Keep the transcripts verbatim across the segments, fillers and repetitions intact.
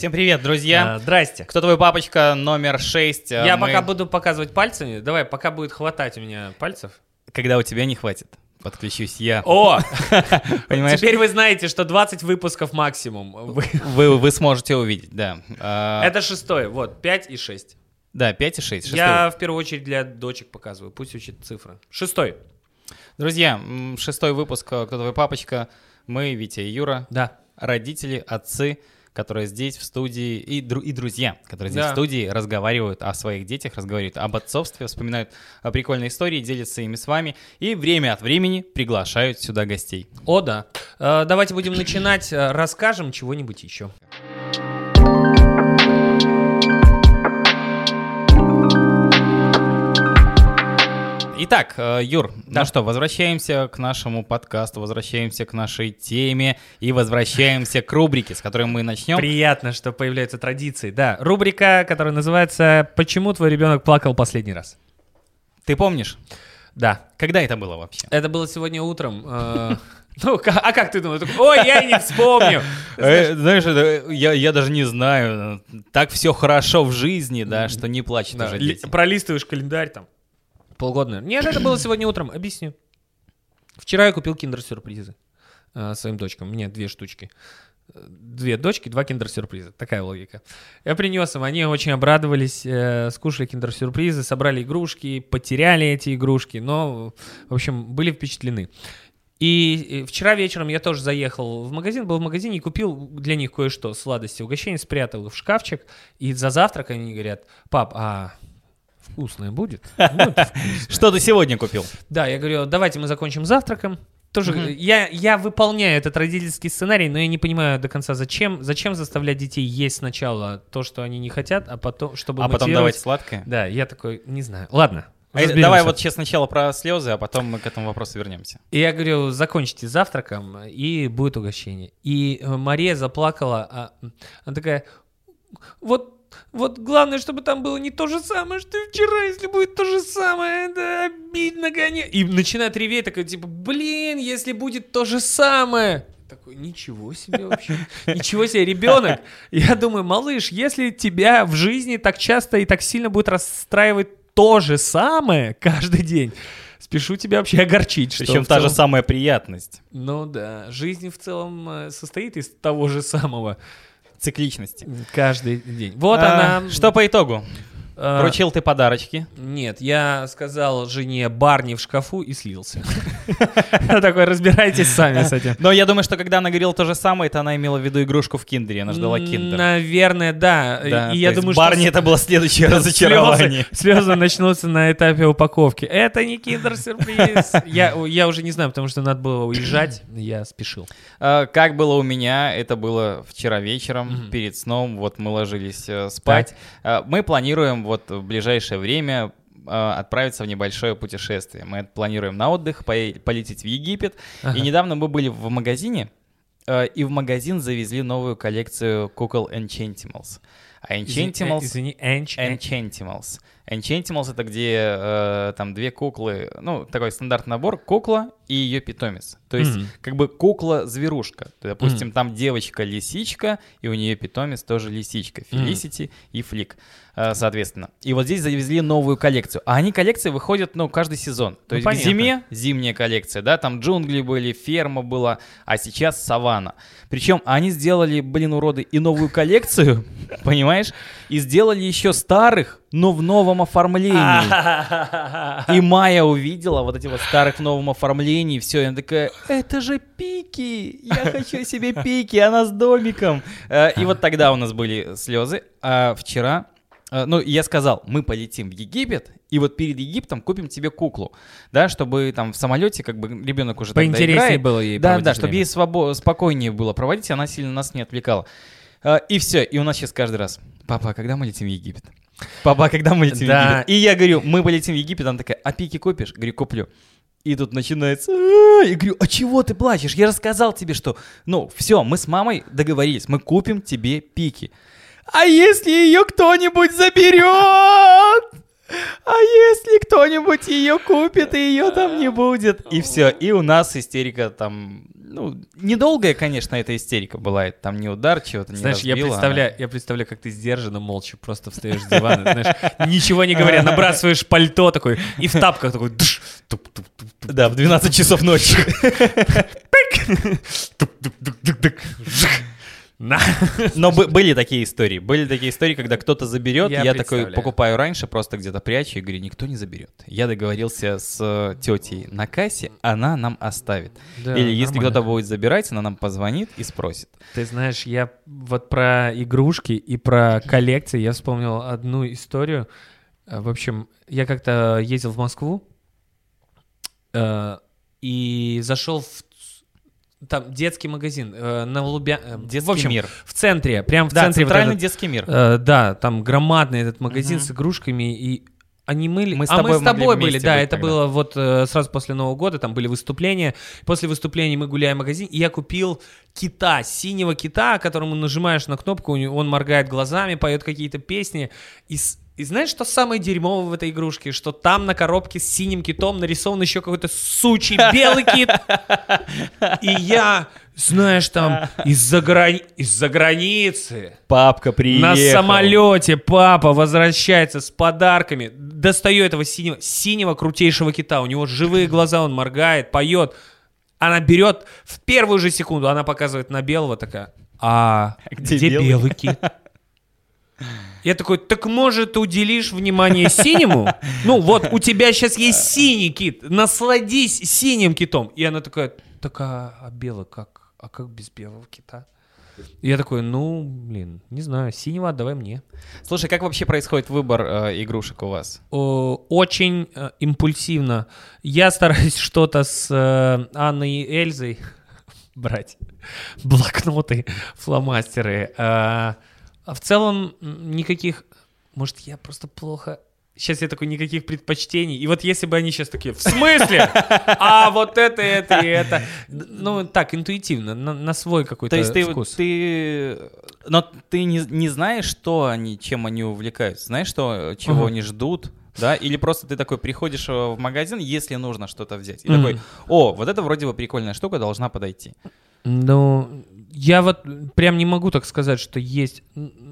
Всем привет, друзья. А, здрасте. Кто твой папочка номер шесть? Я Мы... пока буду показывать пальцами. Давай, пока будет хватать у меня пальцев. Когда у тебя не хватит, подключусь я. О! Понимаешь? Теперь вы знаете, что двадцать выпусков максимум. Вы, вы, вы сможете увидеть, да. А... Это шестой, вот, пять и шесть. Да, пять и шесть. Я в первую очередь для дочек показываю, пусть учат цифры. Шестой. Друзья, шестой выпуск «Кто твой папочка». Мы, Витя и Юра. Да. Родители, отцы, которые здесь в студии, и, дру- и друзья, которые здесь Да. в студии разговаривают о своих детях, разговаривают об отцовстве, вспоминают прикольные истории, делятся ими с вами и время от времени приглашают сюда гостей. О, да. Э, давайте будем начинать. Э, Расскажем чего-нибудь еще. Итак, э, Юр, Да. ну что, возвращаемся к нашему подкасту, возвращаемся к нашей теме и возвращаемся к рубрике, с которой мы начнем. Приятно, что появляются традиции. Да, рубрика, которая называется «Почему твой ребенок плакал последний раз?» Ты помнишь, Да. когда это было вообще? Это было сегодня утром. э, Ну, ка- а как ты думал? Такой, ой, я и не вспомню. Э, Знаешь, это, я, я даже не знаю, так все хорошо в жизни, да, что не плачут Да, уже ли- дети. Пролистываешь календарь там. Полгода, наверное. Нет, это было сегодня утром. Объясню. Вчера я купил киндер-сюрпризы э, своим дочкам. Мне две штучки. Э, Две дочки, два киндер-сюрприза. Такая логика. Я принес им, они очень обрадовались, э, скушали киндер-сюрпризы, собрали игрушки, потеряли эти игрушки, но, в общем, были впечатлены. И э, вчера вечером я тоже заехал в магазин, был в магазине и купил для них кое-что, сладости, угощения, спрятал их в шкафчик. И за завтрак они говорят: пап, а вкусное будет? Будет вкусное. Что ты сегодня купил? Да, я говорю, давайте мы закончим завтраком. Тоже, Мгм. я, я выполняю этот родительский сценарий, но я не понимаю до конца, зачем, зачем заставлять детей есть сначала то, что они не хотят, а потом, чтобы А потом мотивировать- давать сладкое? Да, я такой, не знаю. Ладно, А, разберемся. Давай вот сейчас сначала про слезы, а потом мы к этому вопросу вернемся. И я говорю, закончите завтраком, и будет угощение. И э, Мария заплакала, а, она такая, вот, вот главное, чтобы там было не то же самое, что и вчера, если будет то же самое, это обидно, конечно. И начинает реветь, такая, типа, блин, если будет то же самое. Такой, ничего себе вообще, ничего себе, ребенок. Я думаю, малыш, если тебя в жизни так часто и так сильно будет расстраивать то же самое каждый день, спешу тебя вообще огорчить. Что Причем в та же целом- самая приятность. Ну да, жизнь в целом э, состоит из того же самого Цикличности. каждый день. Вот А, она. Что по итогу? э, Вручил ты подарочки. Нет, я сказал жене Барни в шкафу и слился. Я такой, разбирайтесь сами с этим. Но я думаю, что когда она говорила то же самое, это она имела в виду игрушку в киндере. Она ждала киндер. Наверное, да. Да, И то я есть думаю, Барни что это было следующее разочарование. слезы, слезы начнутся на этапе упаковки. Это не киндер-сюрприз. Я, я уже не знаю, потому что надо было уезжать. Я спешил. А, Как было у меня, это было вчера вечером, Мгм. перед сном, вот мы ложились э, спать. А, Мы планируем вот в ближайшее время а, отправиться в небольшое путешествие. Мы планируем на отдых, пое- полететь в Египет. Ага. И недавно мы были в магазине, э, и в магазин завезли новую коллекцию кукол Enchantimals. А Enchantimals... Извини, Энч. Enchantimals. Enchantimals — это где э, там две куклы, ну, такой стандартный набор, кукла и ее питомец. То есть Мгм. как бы кукла-зверушка. То, допустим, Мгм. там девочка-лисичка, и у нее питомец тоже лисичка. Фелисити и Флик, э, соответственно. И вот здесь завезли новую коллекцию. А они коллекции выходят, ну, каждый сезон. То Ну, есть понятно. к зиме зимняя коллекция, да, там джунгли были, ферма была, а сейчас саванна. Причем они сделали, блин, уроды, и новую коллекцию, понимаешь, и сделали еще старых, но в новом оформлении. И Майя увидела вот эти вот старых в новом оформлении, все, и она такая, это же Пики, я хочу себе Пики, она с домиком. Э, И вот тогда у нас были слезы, а вчера, э, ну, я сказал, мы полетим в Египет, и вот перед Египтом купим тебе куклу, да, чтобы там в самолете как бы ребенок уже тогда Поинтереснее играет. было ей Да, проводить да, чтобы время. ей свобо- спокойнее было проводить, и она сильно нас не отвлекала. Э, И все, и у нас сейчас каждый раз, папа, а когда мы летим в Египет? Папа, а когда мы летим Да. в Египет? И я говорю, мы полетим в Египет, она такая, а Пики купишь? Говорю, куплю. И тут начинается, «А-а-а». Я говорю, а чего ты плачешь? Я рассказал тебе, что, ну, все, мы с мамой договорились, мы купим тебе Пики. А если ее кто-нибудь заберет? А если кто-нибудь ее купит, и ее там не будет? И все. И у нас истерика там... Ну, недолгая, конечно, эта истерика была. Это там не удар, чего-то не Знаешь, разбило. я представляю, она... я представляю, как ты сдержанно, молча просто встаешь с дивана, знаешь, ничего не говоря, набрасываешь пальто такой и в тапках такой... Дш, туп, туп, туп, туп, Да, в двенадцать часов ночи. на. Но б- были такие истории. Были такие истории, когда кто-то заберет. Я Я, такой представляю. покупаю раньше, просто где-то прячу и говорю, никто не заберет. Я договорился с тетей на кассе, она нам оставит. Да, Или если нормально. кто-то будет забирать, она нам позвонит и спросит. Ты знаешь, я вот про игрушки и про коллекции я вспомнил одну историю. Э, В общем, я как-то ездил в Москву э, и зашел в там детский магазин э, на Лубя... э, Детский в общем, мир. в центре, прям в Да, центре. вот центральный этот, детский мир. э, да, там громадный этот магазин Мгм. с игрушками и они мыли. Мы с а тобой мы с тобой могли были, вместе да, быть это тогда. было вот э, сразу после Нового года, там были выступления. После выступления мы гуляем в магазин, и я купил кита, синего кита, которому нажимаешь на кнопку, у него- он моргает глазами, поет какие-то песни. И, с- и знаешь, что самое дерьмовое в этой игрушке? Что там на коробке с синим китом нарисован еще какой-то сучий белый кит. И я, знаешь, там из-за грани- из-за границы... Папка приехал. На самолете папа возвращается с подарками. Достаю этого синего, синего крутейшего кита. У него живые глаза, он моргает, поет. Она берет в первую же секунду, она показывает на белого такая. А Где где, белый?» белый кит? Я такой, так может уделишь внимание синему? Ну вот у тебя сейчас есть синий кит, насладись синим китом. И она такая, так а, а белый как? А как без белого кита? И я такой, ну, блин, не знаю, синего отдавай мне. Слушай, как вообще происходит выбор э, игрушек у вас? О, очень э, импульсивно. Я стараюсь что-то с э, Анной и Эльзой брать. Блокноты, фломастеры. А, а в целом м, никаких... Может, я просто плохо... Сейчас я такой, никаких предпочтений. И вот если бы они сейчас такие, в смысле? А вот это, это и это. Ну, так, интуитивно, на, на свой какой-то То есть ты, вкус. ты, но ты не, не знаешь, что они, чем они увлекаются, знаешь, что, чего Ага. они ждут, да? Или просто ты такой приходишь в магазин, если нужно что-то взять, и Мгм. такой, о, вот это вроде бы прикольная штука, должна подойти. Ну, я вот прям не могу так сказать, что есть...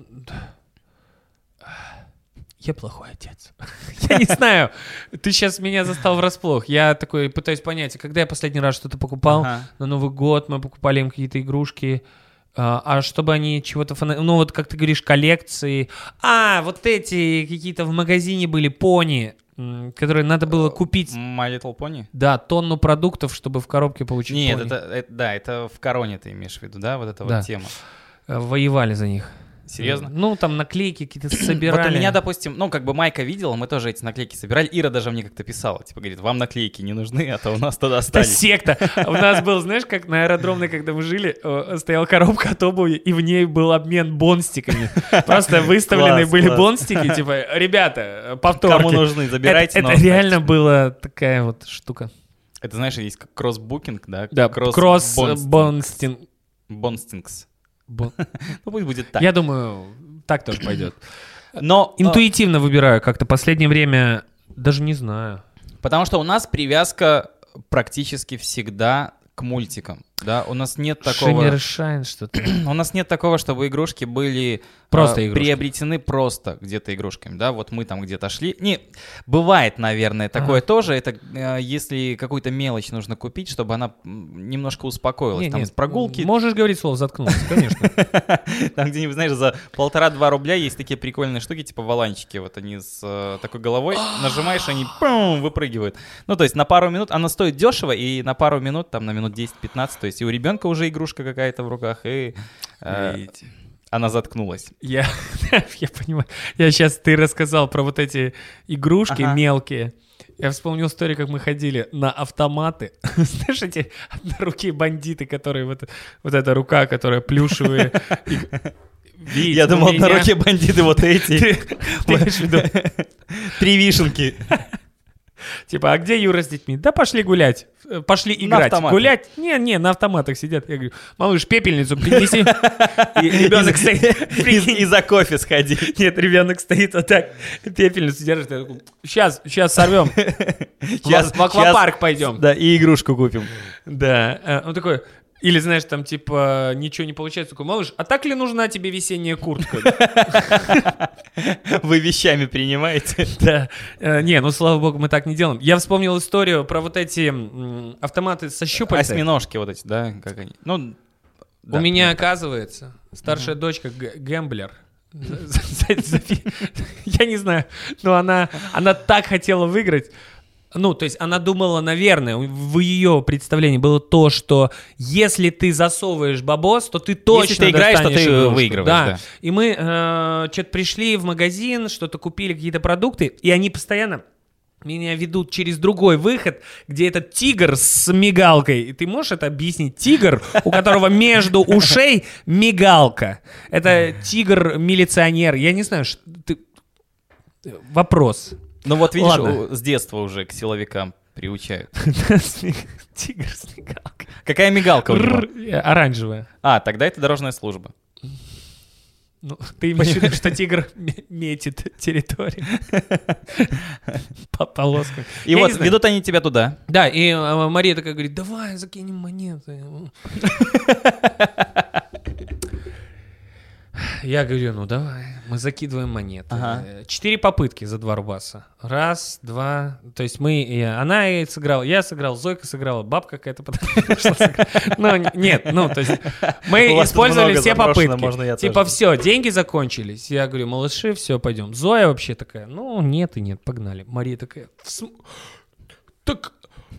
Я плохой отец. Я не знаю. Ты сейчас меня застал врасплох. Я такой пытаюсь понять, а когда я последний раз что-то покупал, Ага. на Новый год мы покупали им какие-то игрушки, а, а чтобы они чего-то... фана- Ну вот, как ты говоришь, коллекции. А, вот эти какие-то в магазине были пони, м, которые надо было купить. My Little Pony? Да, тонну продуктов, чтобы в коробке получить Нет, пони. это, это- да, это в Короне ты имеешь в виду, да, вот эта Да. вот тема. Э, Воевали за них. Серьезно? Ну, там наклейки какие-то собирали. Вот у меня, допустим, ну, как бы Майка видела, мы тоже эти наклейки собирали. Ира даже мне как-то писала, типа, говорит, вам наклейки не нужны, а то у нас тогда Это остались. секта. У нас был, знаешь, как на аэродромной, когда мы жили, э, стояла коробка от обуви, и в ней был обмен бонстиками. Просто выставлены Класс, были класс. бонстики, типа, ребята, повторки. Кому нужны, забирайте. Это, но это реально оставьте. была такая вот штука. Это, знаешь, есть как кросс-букинг, да? Да, кросс бонстинг. бонстинг. Бонстингс. Бон- Ну, пусть будет так. Я думаю, так тоже пойдет. Но, э, Интуитивно выбираю как-то. Последнее время даже не знаю. потому что у нас привязка практически всегда к мультикам, да? У нас нет такого... Шиммер и Шайн что-то. У нас нет такого, чтобы игрушки были Просто а, игрушки. приобретены просто где-то игрушками, да, вот мы там где-то шли. Не, бывает, наверное, такое Ага. тоже, это а, если какую-то мелочь нужно купить, чтобы она м, немножко успокоилась. Не, там нет, с прогулки, Можешь говорить слово «заткнуться», конечно. там где-нибудь, знаешь, за полтора-два рубля есть такие прикольные штуки, типа валанчики, вот они с э, такой головой, нажимаешь, они пум, выпрыгивают. Ну, то есть на пару минут, она стоит дешево, и на пару минут, там на минут десять-пятнадцать, то есть и у ребенка уже игрушка какая-то в руках, и э, она заткнулась. Я, я понимаю. Я сейчас, ты рассказал про вот эти игрушки Ага. мелкие. Я вспомнил историю, как мы ходили на автоматы. Знаешь, эти однорукие бандиты, которые вот, вот эта рука, которая плюшевые. И- Вить, Я у думал, на меня- руке бандиты вот эти. Ты, ты имеешь в виду? Три вишенки. Типа, а где Юра с детьми? Да пошли гулять. Пошли играть. Гулять? Не, не, на автоматах сидят. Я говорю, малыш, пепельницу принеси. Ребенок стоит. И за кофе сходи. Нет, ребенок стоит вот так, пепельницу держит. Сейчас, сейчас сорвем. В аквапарк пойдем. Да, и игрушку купим. Да. Он такой... Или, знаешь, там, типа, ничего не получается. Такой, малыш, а так ли нужна тебе весенняя куртка? Вы вещами принимаете? Да. Не, ну, слава богу, мы так не делаем. Я вспомнил историю про вот эти автоматы со щупальцами. Осьминожки вот эти, да? Как они? Ну, у меня, оказывается, старшая дочка гэмблер. Я не знаю, но она так хотела выиграть. Ну, то есть она думала, наверное, в ее представлении было то, что если ты засовываешь бабос, то ты точно если ты играешь, то ты игрушку. выигрываешь. Да. Да. И мы э, что-то пришли в магазин, что-то купили, какие-то продукты, и они постоянно меня ведут через другой выход, где этот тигр с мигалкой. И ты можешь это объяснить? Тигр, у которого между ушей мигалка. Это тигр-милиционер. Я не знаю, что ты... Вопрос. Ну вот видишь, Ладно. С детства уже к силовикам приучают. Тигр с мигалкой. Какая мигалка у него? Оранжевая. А, тогда это дорожная служба. Ну, ты имеешь в виду, что тигр метит территорию по полоскам. И вот ведут они тебя туда. Да, и Мария такая говорит, давай закинем монеты. Я говорю, ну давай, мы закидываем монеты. Ага. Четыре попытки за два рубаса. Раз, два. То есть мы, и она и сыграла, я сыграл, Зойка сыграла, бабка какая-то пришла сыграть. Ну, нет, ну, то есть мы использовали все попытки. Типа все, деньги закончились. Я говорю, малыши, все, пойдем. Зоя вообще такая, ну, нет и нет, погнали. Мария такая, так...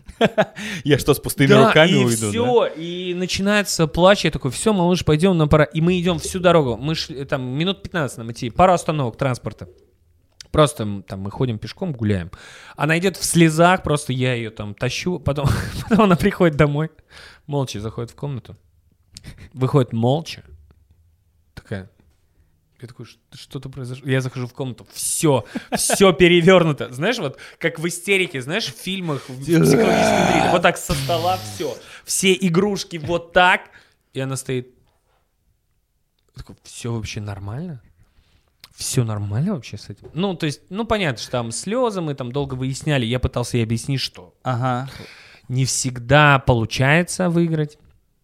Я что, с пустыми да, руками и уйду? Все, да? И начинается плач. Я такой, все, малыш, пойдем на пора. И мы идем всю дорогу. Мы шли, там, минут пятнадцать нам идти, пару остановок транспорта. Просто там мы ходим пешком, гуляем. Она идет в слезах, просто я ее там тащу. Потом, потом она приходит домой, молча заходит в комнату. Выходит молча. Такая... Я такой, что-то произошло. Я захожу в комнату, все, все перевернуто. Знаешь, вот как в истерике, знаешь, в фильмах, в психологическом триллере. Вот так со стола все. Все игрушки вот так. И она стоит. Я такой, все вообще нормально? Все нормально вообще с этим? Ну, то есть, ну, понятно, что там слезы, мы там долго выясняли. Я пытался ей объяснить, что ага. не всегда получается выиграть.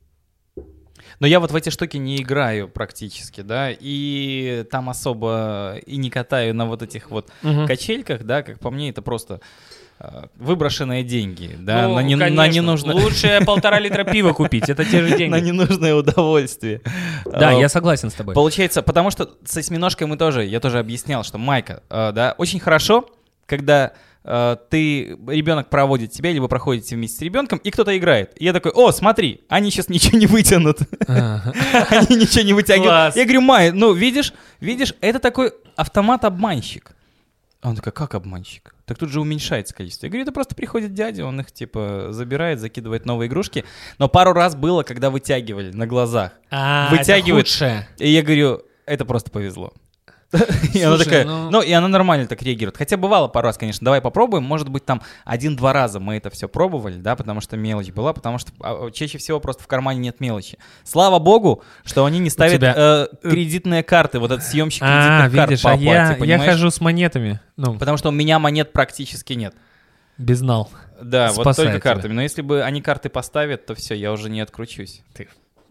Но я вот в эти штуки не играю практически, да, и там особо и не катаю на вот этих вот угу. качельках, да, как по мне, это просто э, выброшенные деньги, да, ну, на, не, на ненужное... Лучше полтора литра пива купить, это те же деньги. На ненужное удовольствие. Да, я согласен с тобой. Получается, потому что с осьминожкой мы тоже, я тоже объяснял, что, Майка, да, очень хорошо, когда... ты, ребенок проводит тебя, либо проходите вместе с ребенком, и кто-то играет. И я такой, о, смотри, они сейчас ничего не вытянут. Они ничего не вытягивают. Я говорю, Майя, ну, видишь, видишь, это такой автомат-обманщик. А он такой, как обманщик? Так тут же уменьшается количество. Я говорю, это просто приходит дядя, он их, типа, забирает, закидывает новые игрушки. Но пару раз было, когда вытягивали на глазах. Вытягивают. И я говорю, это просто повезло. И она такая, ну... ну, и она нормально так реагирует. Хотя бывало пару раз, конечно, давай попробуем. Может быть, там один-два раза мы это все пробовали, да, потому что мелочь была, потому что а, чаще всего просто в кармане нет мелочи. Слава богу, что они не ставят тебя... э, кредитные карты, вот этот съемщик кредитных а, карт видишь, по а оплате, я, я хожу с монетами. Ну. Потому что у меня монет практически нет. Безнал. Да, Спасает вот только тебя. картами. Но если бы они карты поставят, то все, я уже не откручусь. Ты...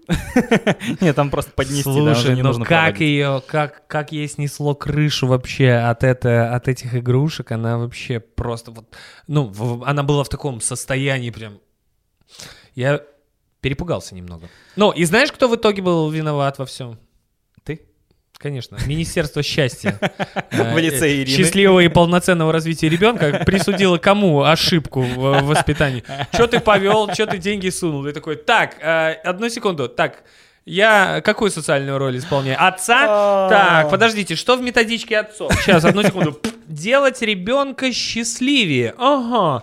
Нет, там просто поднести. Слушай, да, не ну нужно как проводить. ее, как, как ей снесло крышу вообще от, это, от этих игрушек, она вообще просто вот, ну, в, она была в таком состоянии прям, я перепугался немного. Ну, и знаешь, кто в итоге был виноват во всем? Ты? Конечно, Министерство счастья. В лице Ирины. Счастливого и полноценного развития ребенка присудило кому ошибку в воспитании? Что ты повел, что ты деньги сунул? И такой, так, одну секунду, так, я какую социальную роль исполняю? Отца? Так, подождите, что в методичке отцов? Сейчас, одну секунду. Делать ребенка счастливее. Ага.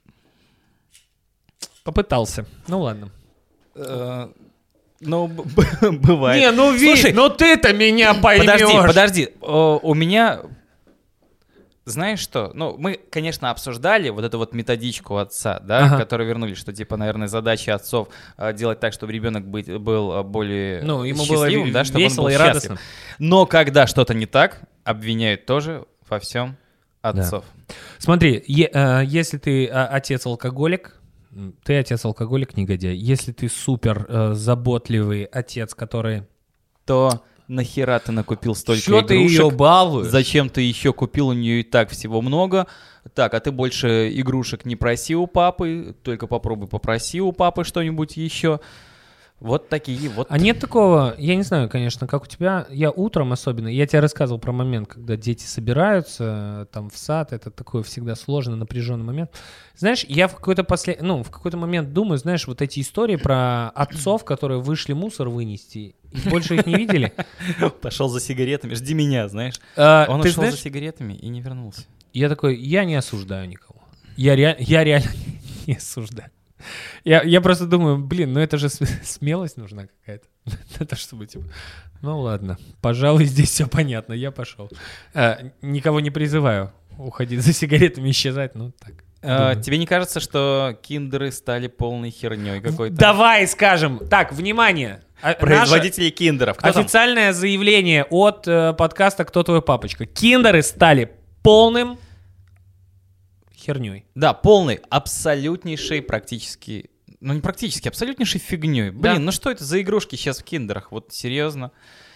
Попытался. Ну ладно. Ну, бывает. Не, ну, Вить, ну ты-то меня поймешь. Подожди, подожди. О, у меня... знаешь что? Ну, мы, конечно, обсуждали вот эту вот методичку отца, да, Ага. которую вернули, что, типа, наверное, задача отцов э, делать так, чтобы ребенок быть, был э, более Ну, ему было счастливым, ве- да, чтобы он весело был и счастлив. радостно. Но когда что-то не так, обвиняют тоже во всем отцов. Смотри, е- э, если ты а, отец-алкоголик, м, ты отец-алкоголик, негодяй. Если ты супер э, заботливый отец, который... То нахера ты накупил столько Чё ты игрушек? ее балуешь? Зачем ты еще купил? У нее и так всего много. Так, а ты больше игрушек не проси у папы, только попробуй попроси у папы что-нибудь еще. Вот такие вот. А нет такого, я не знаю, конечно, как у тебя, я утром особенно, я тебе рассказывал про момент, когда дети собираются там в сад, это такой всегда сложный, напряженный момент. Знаешь, я в какой-то послед... ну, в какой-то момент думаю, знаешь, вот эти истории про отцов, которые вышли мусор вынести, и больше их не видели. Пошел за сигаретами, жди меня, знаешь. А, Он ты ушел знаешь, за сигаретами и не вернулся. я такой, я не осуждаю никого. Я, ре... я реально не осуждаю. Я, я просто думаю, блин, ну это же см- смелость нужна какая-то. Это чтобы типа, ну ладно, пожалуй, здесь все понятно, я пошел. А, никого не призываю уходить за сигаретами, исчезать, ну так. А, думаю. тебе не кажется, что киндеры стали полной херней какой-то? Давай скажем, так, внимание. А- Производители киндеров. Кто наше там? официальное заявление от э, подкаста «Кто твой папочка». Киндеры стали полным херней. Да, полный, абсолютнейший практически, ну не практически, абсолютнейшей фигней. Блин, Да. ну что это за игрушки сейчас в киндерах? Вот серьезно.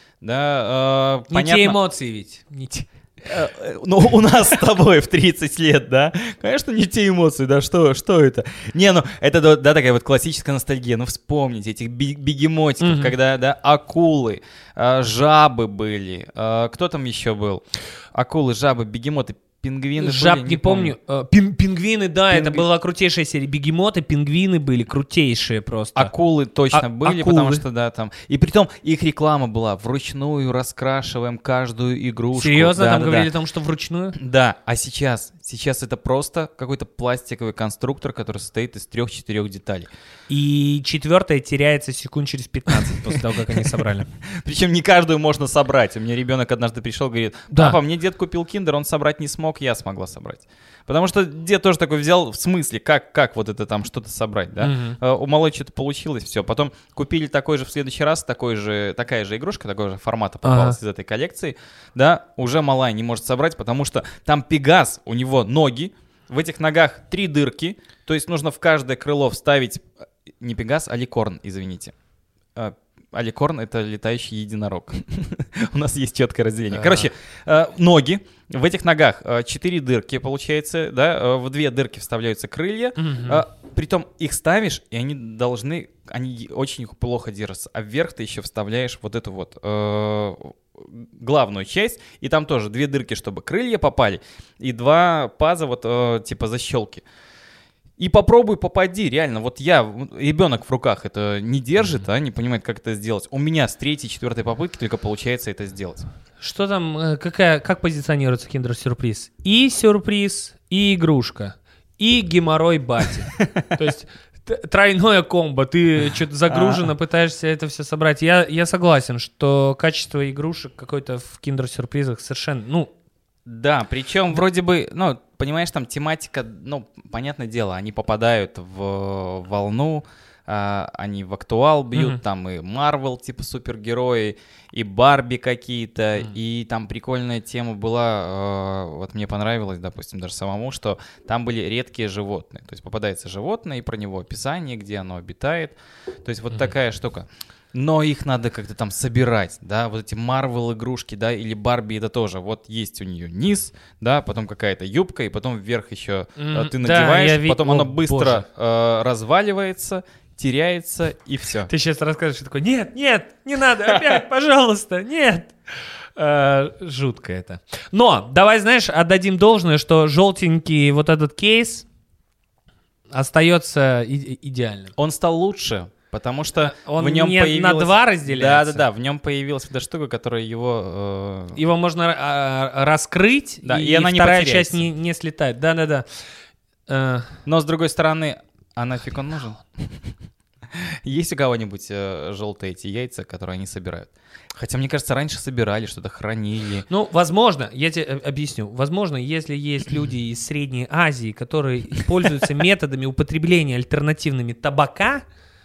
Да, э, Не понятно. те эмоции ведь. Не те. Э, э, Ну, у нас с тобой в тридцать лет, да? Конечно, не те эмоции, да, что, что это? Не, ну, это, да, да, такая вот классическая ностальгия. Ну, вспомните этих би- бегемотиков, Мгм. когда, да, акулы, э, жабы были. Э, кто там еще был? Акулы, жабы, бегемоты, пингвины Жаб были? не помню. Э, пин- пингвины, да, это Пингви- была крутейшая серия. Бегемоты, пингвины были крутейшие просто. Акулы точно А- были, акулы. потому что, да, там... И притом их реклама была вручную, раскрашиваем каждую игрушку. Серьезно, Да, там да, говорили да. о том, что вручную? Да, а сейчас? Сейчас это просто какой-то пластиковый конструктор, который состоит из трех-четырех деталей. И четвертая теряется секунд через пятнадцать после того, как они собрали. Причем не каждую можно собрать. У меня ребенок однажды пришел, говорит, Да. папа, мне дед купил киндер, он собрать не смог, я смогла собрать. Потому что дед тоже такой взял, в смысле, как, как вот это там что-то собрать, да? Мгм. Э, У малой что-то получилось, все. Потом купили такой же в следующий раз, такой же, такая же игрушка, такого же формата попалась Ага. из этой коллекции, да, уже малая не может собрать, потому что там Пегас, у него ноги, в этих ногах три дырки, то есть нужно в каждое крыло вставить, э, не Пегас, а ликорн, извините. Э, Аликорн — это летающий единорог. У нас есть четкое разделение. Короче, э, ноги. В этих ногах э, четыре дырки, получается, да, э, в две дырки вставляются крылья. Мгм. Э, Притом их ставишь, и они должны, они очень плохо держатся. А вверх ты еще вставляешь вот эту вот э, главную часть, и там тоже две дырки, чтобы крылья попали, и два паза вот э, типа защелки. И попробуй попади, реально. Вот я, ребенок в руках это не держит, а не понимает, как это сделать. У меня с третьей, четвертой попытки только получается это сделать. Что там, э, какая, как позиционируется киндер-сюрприз? И сюрприз, и игрушка, и геморрой бати. То есть т- тройное комбо. Ты что-то загруженно пытаешься это все собрать. Я, я согласен, что качество игрушек какое-то в киндер-сюрпризах совершенно, ну, Да, причем вроде бы, ну, понимаешь, там тематика, ну, понятное дело, они попадают в волну, а, они в актуал бьют, Мгм. там и Марвел, типа супергерои, и Барби какие-то, Мгм. и там прикольная тема была, э, вот мне понравилось, допустим, даже самому, что там были редкие животные, то есть попадается животное, и про него описание, где оно обитает, то есть вот Мгм. такая штука. Но их надо как-то там собирать, да, вот эти Марвел игрушки, да, или Барби, это тоже, вот есть у нее низ, да, потом какая-то юбка, и потом вверх еще э, М, ты да, надеваешь, я ви- потом О, оно быстро боже. э, разваливается, теряется, и все. ты сейчас расскажешь, и такой, нет, нет, не надо, опять, пожалуйста, нет. Э, Жутко это. Но давай, знаешь, отдадим должное, что желтенький вот этот кейс остается и- идеальным. Он стал лучше, потому что Он в нем не появилась... на два разделяется. Да-да-да, в нем появилась эта штука, которая его... э, Его можно а, раскрыть, Да, и, и она не вторая потеряется. часть не, не слетает. Да-да-да. Э, Но, с другой стороны, а нафиг он нужен? Есть у кого-нибудь э, желтые эти яйца, которые они собирают? Хотя, мне кажется, раньше собирали, что-то хранили. Ну, возможно, я тебе э, объясню. Возможно, если есть люди из Средней Азии, которые пользуются методами употребления альтернативными табака...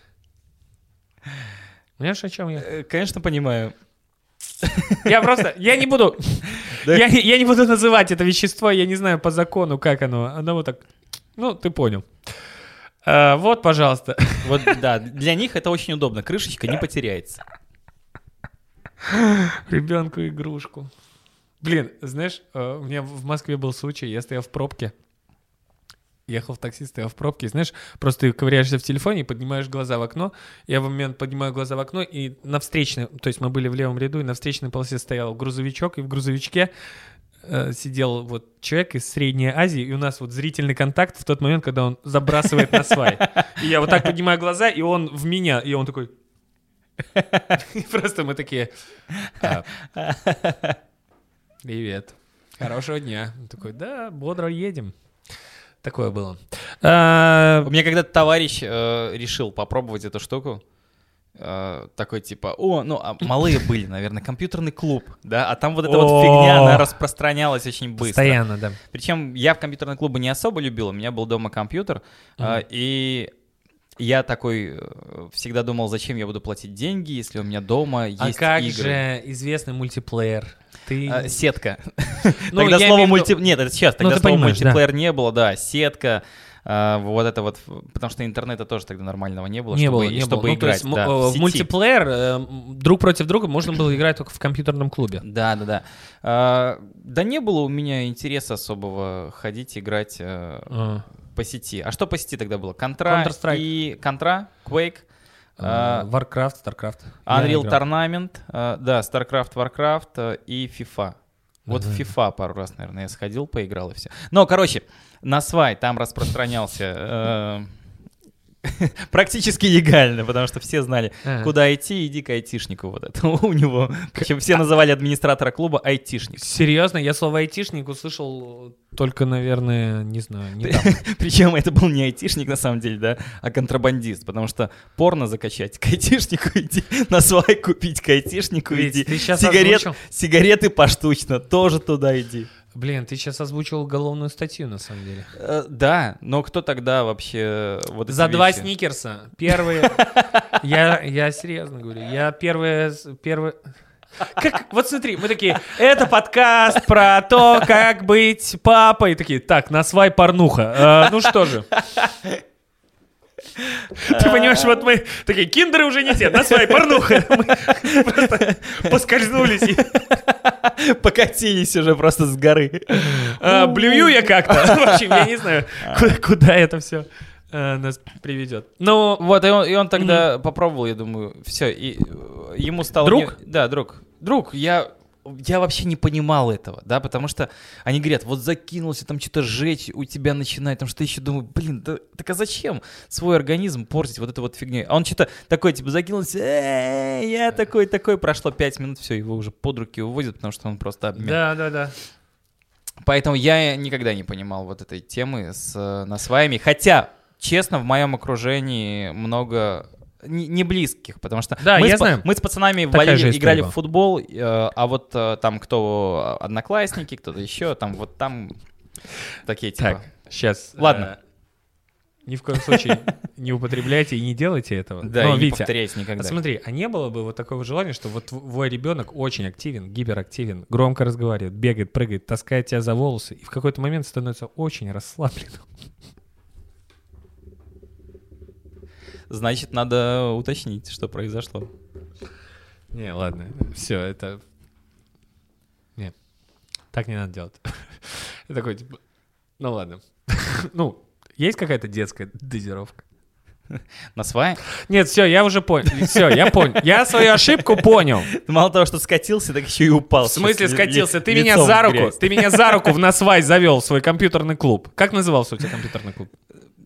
Понимаешь, о чем я? Э, Конечно, понимаю. Я просто... Я не буду... Я, я не буду называть это вещество, я не знаю по закону, как оно. Оно вот так... Ну, ты понял. А, вот, пожалуйста. Вот, да, для них это очень удобно. Крышечка не потеряется. Ребенку игрушку. Блин, знаешь, у меня в Москве был случай, я стоял в пробке. Ехал в такси, стоял в пробке, и, знаешь, просто ты ковыряешься в телефоне и поднимаешь глаза в окно. Я в момент поднимаю глаза в окно, и на встречной, то есть мы были в левом ряду, и на встречной полосе стоял грузовичок, и в грузовичке э, сидел вот человек из Средней Азии, и у нас вот зрительный контакт в тот момент, когда он забрасывает на свай. И я вот так поднимаю глаза, и он в меня, и он такой... И просто мы такие... Привет. Хорошего дня. Он такой, да, бодро едем. Такое было. А... У меня когда-то товарищ э, решил попробовать эту штуку. Э, такой типа, о, ну, а малые были, наверное, компьютерный клуб, да, а там вот эта вот фигня, она распространялась очень быстро. Постоянно, да. Причем я в компьютерные клубы не особо любил, у меня был дома компьютер, э, и... Я такой всегда думал, зачем я буду платить деньги, если у меня дома есть игры. А как же известный мультиплеер? Ты... А, сетка. Ну, Тогда я слово имею в мульти... виду- Нет, это сейчас. Тогда ты слова понимаешь, мультиплеер не было, да. Сетка, а, вот это вот. Потому что интернета тоже тогда нормального не было, Не чтобы, было, не чтобы было. Ну, то играть. есть м- да, э, в в сети. мультиплеер э, друг против друга можно было играть только в компьютерном клубе. Да, да, да. А, да не было у меня интереса особого ходить, играть а, А. по сети. А что по сети тогда было? Контра Counter-Strike. и Контра, Quake. А, Warcraft, Starcraft. Я Unreal играл. Tournament, э, да, StarCraft, Warcraft э, и FIFA. Вот Ага. в FIFA пару раз, наверное, я сходил, поиграл и все. Но, короче, на свай там распространялся э, практически легально, потому что все знали, Ага. куда идти, иди к айтишнику вот это у него. Причем все называли администратора клуба айтишник. Серьезно, я слово айтишник услышал только, наверное, не знаю, не там. Причем это был не айтишник на самом деле, да, а контрабандист, потому что порно закачать к айтишнику иди, на свай купить к айтишнику Ведь иди, ты щас Сигарет, озвучил. сигареты поштучно, тоже туда иди. Блин, ты сейчас озвучил уголовную статью, на самом деле. Э, да, но кто тогда вообще вот эти За два вещи? сникерса. Первые... Я, я серьезно говорю. Я первые... первые... Как, вот смотри, мы такие, это подкаст про то, как быть папой. Такие, так, на свай порнуха. Э, ну что же. Ты понимаешь, вот мы такие, киндеры уже не те, на свай порнуха. Мы просто поскользнулись. и, Покатились уже просто с горы. э, Блюю я как-то. В общем, я не знаю, куда, куда это все нас приведет. Ну, Вот, и он, и он тогда попробовал, я думаю, все, и э, ему стало... Друг? не- Да, друг. Друг, я... Я вообще не понимал этого, да, потому что они говорят, вот закинулся, там что-то жечь у тебя начинает, там что еще, думаю, блин, да, так а зачем свой организм портить вот этой вот фигней? А он что-то такой, типа, закинулся, «Эй, я такой-такой», прошло пять минут, все, его уже под руки увозят, потому что он просто обмен. да, да, да. Поэтому я никогда не понимал вот этой темы с э, насваями, хотя, честно, в моем окружении много... Не, не близких, потому что Да, мы, я с, па- знаю. мы с пацанами Такая валили, же история играли была. в футбол, э, а вот э, там кто одноклассники, кто-то еще, там вот там такие типа. Так, сейчас. Ладно. Ни в коем случае не употребляйте и не делайте этого. Да, Но, и не Витя, повторяйте а никогда. смотри, а не было бы вот такого желания, что вот твой ребенок очень активен, гиперактивен, громко разговаривает, бегает, прыгает, таскает тебя за волосы и в какой-то момент становится очень расслабленным. Значит, надо уточнить, что произошло. Не, ладно, все, это... Нет, так не надо делать. Я такой, типа, ну ладно. Ну, есть какая-то детская дозировка? На свай? Нет, все, я уже понял. Все, я понял. Я свою ошибку понял. Мало того, что скатился, так еще и упал. В смысле Сейчас ли- скатился? Ты ли- меня лицом за в руку, грязь. ты меня за руку в насвай завел в свой компьютерный клуб. Как назывался у тебя компьютерный клуб?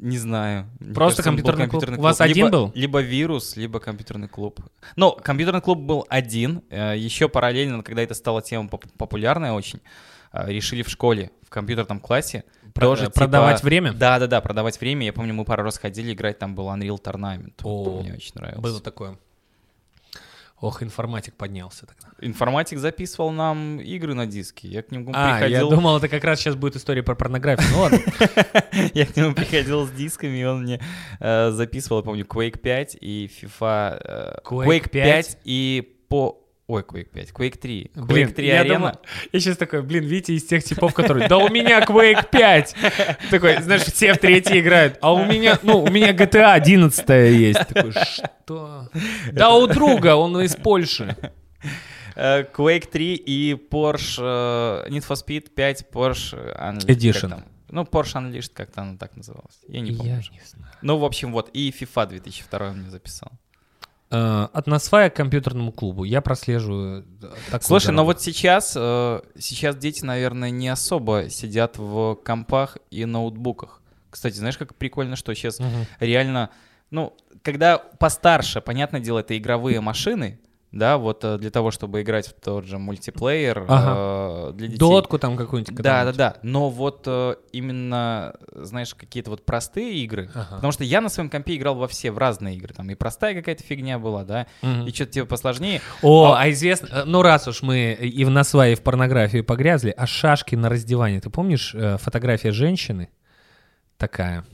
Не знаю. Мне Просто кажется, он был компьютерный клуб? компьютерный У вас клуб. один Либо- был? Либо вирус, либо компьютерный клуб. Но компьютерный клуб был один. Э, Еще параллельно, когда это стала тема поп- популярная очень, э, решили в школе, в компьютерном классе Про- тоже продавать типа- время? Да-да-да, продавать время. Я помню, мы пару раз ходили играть, там был Unreal Tournament. О, Мне очень нравилось. Было такое. Ох, информатик поднялся тогда. Информатик записывал нам игры на диске. Я к нему А, приходил... я думал, это как раз сейчас будет история про порнографию. Ну ладно. Я к нему приходил с дисками, и он мне э, записывал, я помню, Quake пять и FIFA... э, Quake Quake пять? пять и по... Ой, Quake пять, Quake три. Блин, Quake три я Arena. думал- Я сейчас такой, блин, Витя из тех типов, которые, да у меня Quake пять. Такой, знаешь, все в третьей играют, а у меня, ну, у меня джи ти эй одиннадцать есть. Такой, что? Да у друга, он из Польши. Э, Quake три и Porsche... э, Need for Speed пять Porsche Unleashed. Edition. как там? Ну, Porsche Unleashed, как-то оно так называлось. Я не помню. Я уже. не знаю. Ну, в общем, вот. И FIFA две тысячи второй он мне записал. Э, От Насвая к компьютерному клубу. Я прослеживаю такую Слушай, но дорогу. вот сейчас, э, сейчас дети, наверное, не особо сидят в компах и ноутбуках. Кстати, знаешь, как прикольно, что сейчас Мгм. реально, ну, когда постарше, понятное дело, это игровые машины, да, вот э, для того, чтобы играть в тот же мультиплеер э, для детей. Дотку там какую-нибудь. Да, да, когда-нибудь. да. Но вот э, именно, знаешь, какие-то вот простые игры. Ага. Потому что я на своем компе играл во все, в разные игры. Там и простая какая-то фигня была, да, Мгм. и что-то типа посложнее. О, а известно, э, ну раз уж мы и в Насвае, и в порнографии погрязли, а шашки на раздевании. Ты помнишь э, фотография женщины? Такая.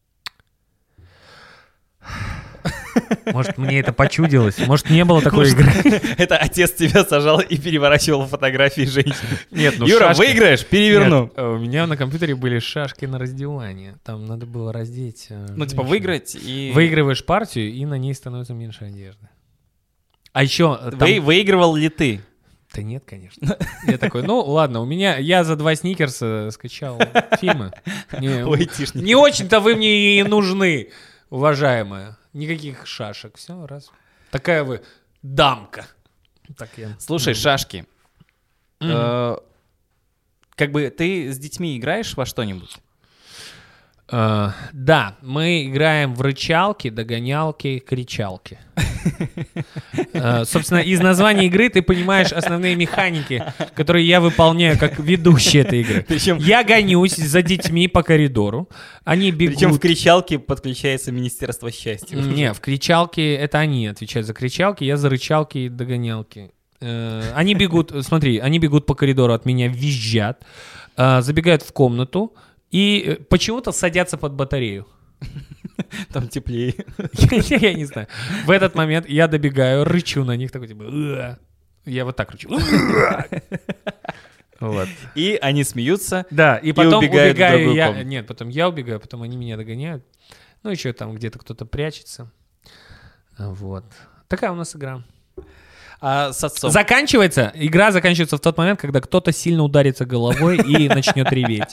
Может, мне это почудилось? Может, не было такой игры? Это отец тебя сажал и переворачивал фотографии женщин. Нет, ну Юра, шашки- выиграешь? Переверну. Нет, э, у меня на компьютере были шашки на раздевание. Там надо было раздеть. э, Ну, типа, женщину. выиграть и... Выигрываешь партию, и на ней становится меньше одежды. А еще... э, там- Вы- Выигрывал ли ты? Да нет, конечно. Я такой, ну ладно, у меня... Я за два сникерса скачал фильмы. Не, Ой, тишь, не очень-то вы мне и нужны, уважаемая. Никаких шашек. Все, раз. Такая вы дамка. Так я... Слушай, шашки. Мгм. э, Как бы ты с детьми играешь во что-нибудь? Э, Да, мы играем в рычалки, догонялки, кричалки. Э, Собственно, из названия игры ты понимаешь основные механики, которые я выполняю как ведущий этой игры. Причем, Я гонюсь за детьми по коридору. Они бегут. причем в кричалке подключается Министерство счастья. Не, в кричалке это они отвечают за кричалки, я за рычалки и догонялки. Э, Они бегут, смотри, они бегут по коридору от меня, визжат, э, забегают в комнату и э, почему-то садятся под батарею. Там теплее. Я я не знаю. В этот момент я добегаю, рычу на них, такой типа... «Уа». Я вот так рычу. «Уа». Вот. И они смеются. Да, и потом убегают в убегаю другую я. комнату. Нет, потом я убегаю, потом они меня догоняют. Ну, еще там где-то кто-то прячется. Вот. Такая у нас игра. А с отцом? Заканчивается, игра заканчивается в тот момент, когда кто-то сильно ударится головой и начнет реветь.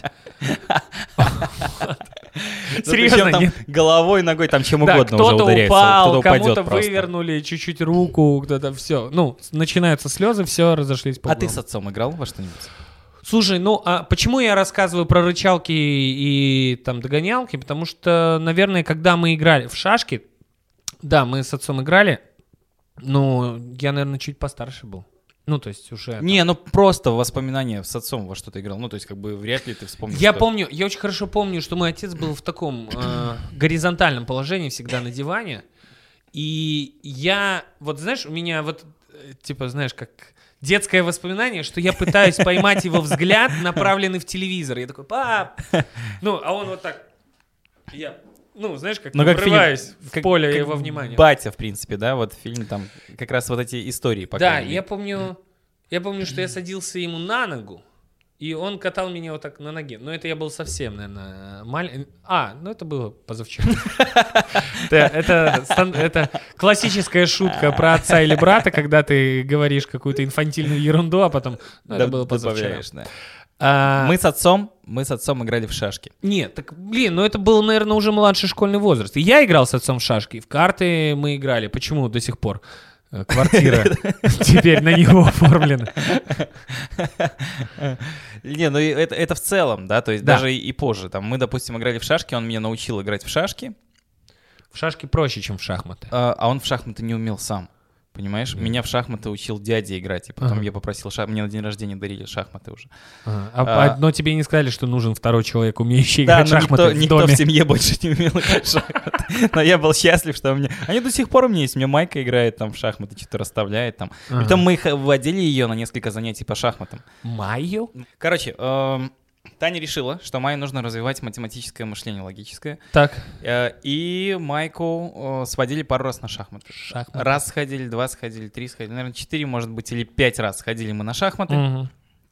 Ну, Серьезно, причем там нет? головой, ногой, там чем Да, угодно уже кто-то ударяется. упал, Кто-то упадет кому-то просто. вывернули чуть-чуть руку, кто-то все. Ну, начинаются слезы, все, разошлись по А ты углам. с отцом играл во что-нибудь? Слушай, ну а почему я рассказываю про рычалки и там догонялки? Потому что, наверное, когда мы играли в шашки, да, мы с отцом играли, но я, наверное, чуть постарше был. Ну, то есть уже... Не, ну просто воспоминания с отцом во что ты играл. Ну, то есть, как бы вряд ли ты вспомнишь. Я что- помню, я очень хорошо помню, что мой отец был в таком э, горизонтальном положении всегда на диване. И я, вот знаешь, у меня вот, э, типа, знаешь, как детское воспоминание, что я пытаюсь поймать его взгляд, направленный в телевизор. Я такой, пап! Ну, а он вот так... Я, ну, знаешь, как Ну, как фильм- врываюсь в как- поле как его внимания. Батя, в принципе, да, вот фильм там как раз вот эти истории Да, показывали. я помню, я помню, что я садился ему на ногу, и он катал меня вот так на ноге. Но это я был совсем, наверное, маленький. А, ну это было позавчера. Это, это, стан- это классическая шутка про отца или брата, когда ты говоришь какую-то инфантильную ерунду, а потом... Ну, это Доб- было позавчера. добавляешь, да. А, Мы с отцом, мы с отцом играли в шашки. Нет, так, блин, ну это был, наверное, уже младший школьный возраст. И я играл с отцом в шашки, и в карты мы играли. Почему до сих пор? э, квартира теперь на него оформлена. Не, ну и это, это в целом, да, то есть Да. даже и, и позже. Там мы, допустим, играли в шашки, он меня научил играть в шашки, В шашки проще, чем в шахматы. а, а он в шахматы не умел сам. Понимаешь? Меня в шахматы учил дядя играть, и потом Ага. я попросил шах... Мне на день рождения дарили шахматы уже. Ага. А, А- а- но тебе не сказали, что нужен второй человек, умеющий Да, играть в но шахматы никто, в никто в доме. семье больше не умел играть в шахматы. Но я был счастлив, что у меня... Они до сих пор у меня есть. У меня Майка играет там в шахматы, что-то расставляет там. Ага. Притом мы их вводили ее на несколько занятий по шахматам. Майю? Короче, эм, Таня решила, что Майе нужно развивать математическое мышление, логическое. Так. Э, И Майку э, сводили пару раз на шахматы. Шахматы. Раз сходили, два сходили, три сходили. Наверное, четыре, может быть, или пять раз сходили мы на шахматы. Мгм.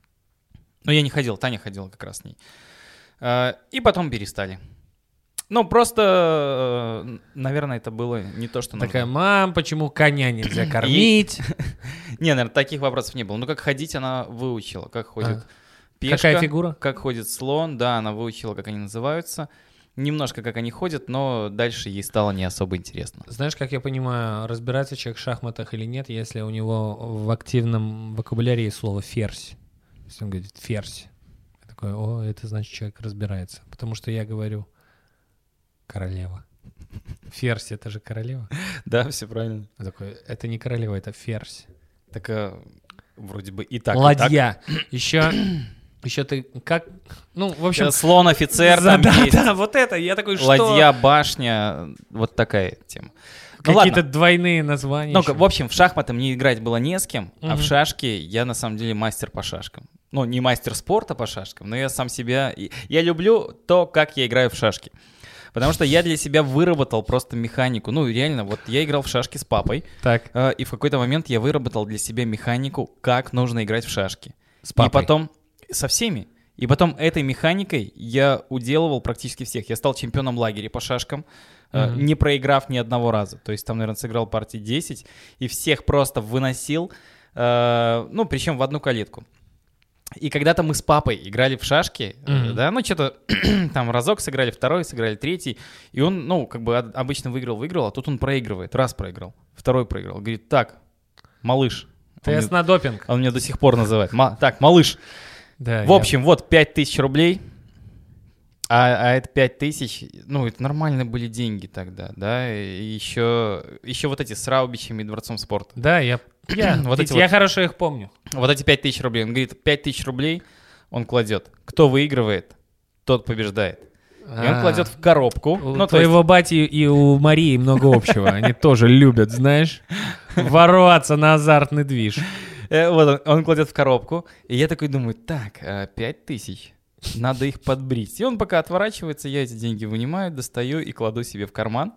Но я не ходил, Таня ходила как раз с ней. Э, И потом перестали. Ну, просто, э, наверное, это было не то, что нужно. Такая, мам, почему коня нельзя кормить? Не, наверное, таких вопросов не было. Ну, как ходить она выучила, как ходит А. пешка. Какая фигура? Как ходит слон, да, она выучила, как они называются. Немножко, как они ходят, но дальше ей стало не особо интересно. Знаешь, как я понимаю, разбирается человек в шахматах или нет, если у него в активном вокабуляре есть слово «ферзь». Если он говорит «ферзь», я такой, о, это значит, человек разбирается. Потому что я говорю «королева». Ферзь — это же королева. Да, все правильно. Я такой, это не королева, это ферзь. Так а, вроде бы и так, и Ладья. Еще, еще ты как... Ну, в так. общем... Э, Слон-офицер да, там да, есть. да, вот это. Я такой, что... Ладья, башня, вот такая тема. Ну Какие-то ладно. двойные названия. Ну, еще. в общем, в шахматы мне играть было не с кем, а в Мгм. шашки я на самом деле мастер по шашкам. Ну, не мастер спорта по шашкам, но я сам себя... и- Я люблю то, как я играю в шашки. Потому что я для себя выработал просто механику. Ну, реально, вот я играл в шашки с папой, Так, э, и в какой-то момент я выработал для себя механику, как нужно играть в шашки. с папой. И потом со всеми. И потом этой механикой я уделывал практически всех. Я стал чемпионом лагеря по шашкам, э, Мгм. не проиграв ни одного раза. То есть там, наверное, сыграл партий десять и всех просто выносил, э, ну, причем в одну калитку. И когда-то мы с папой играли в шашки, э, Мгм. да, ну, что-то там разок сыграли, второй сыграли, третий. И он, ну, как бы од- обычно выиграл, выиграл, а тут он проигрывает. Раз проиграл, второй проиграл. Говорит, так, малыш. Он Тест мне- на допинг. он меня до сих пор называет. Ма- так, малыш. Да, В общем, вот пять тысяч рублей, а, а это пять тысяч, ну, это нормальные были деньги тогда, да, и еще, еще вот эти с Раубичами и Дворцом спорта. я- Да, я... Я, Вот ведь эти я вот- хорошо их помню. Вот эти пять тысяч рублей, он говорит, пять тысяч рублей он кладет. Кто выигрывает, тот побеждает. И он А, кладет в коробку. У Ну, то есть, твоего бати и у Марии много общего. Они тоже любят, знаешь, ворваться на азартный движ. э, вот он, он кладет в коробку, и я такой думаю, так, а, пять тысяч, надо их подбрить. И он пока отворачивается, я эти деньги вынимаю, достаю и кладу себе в карман,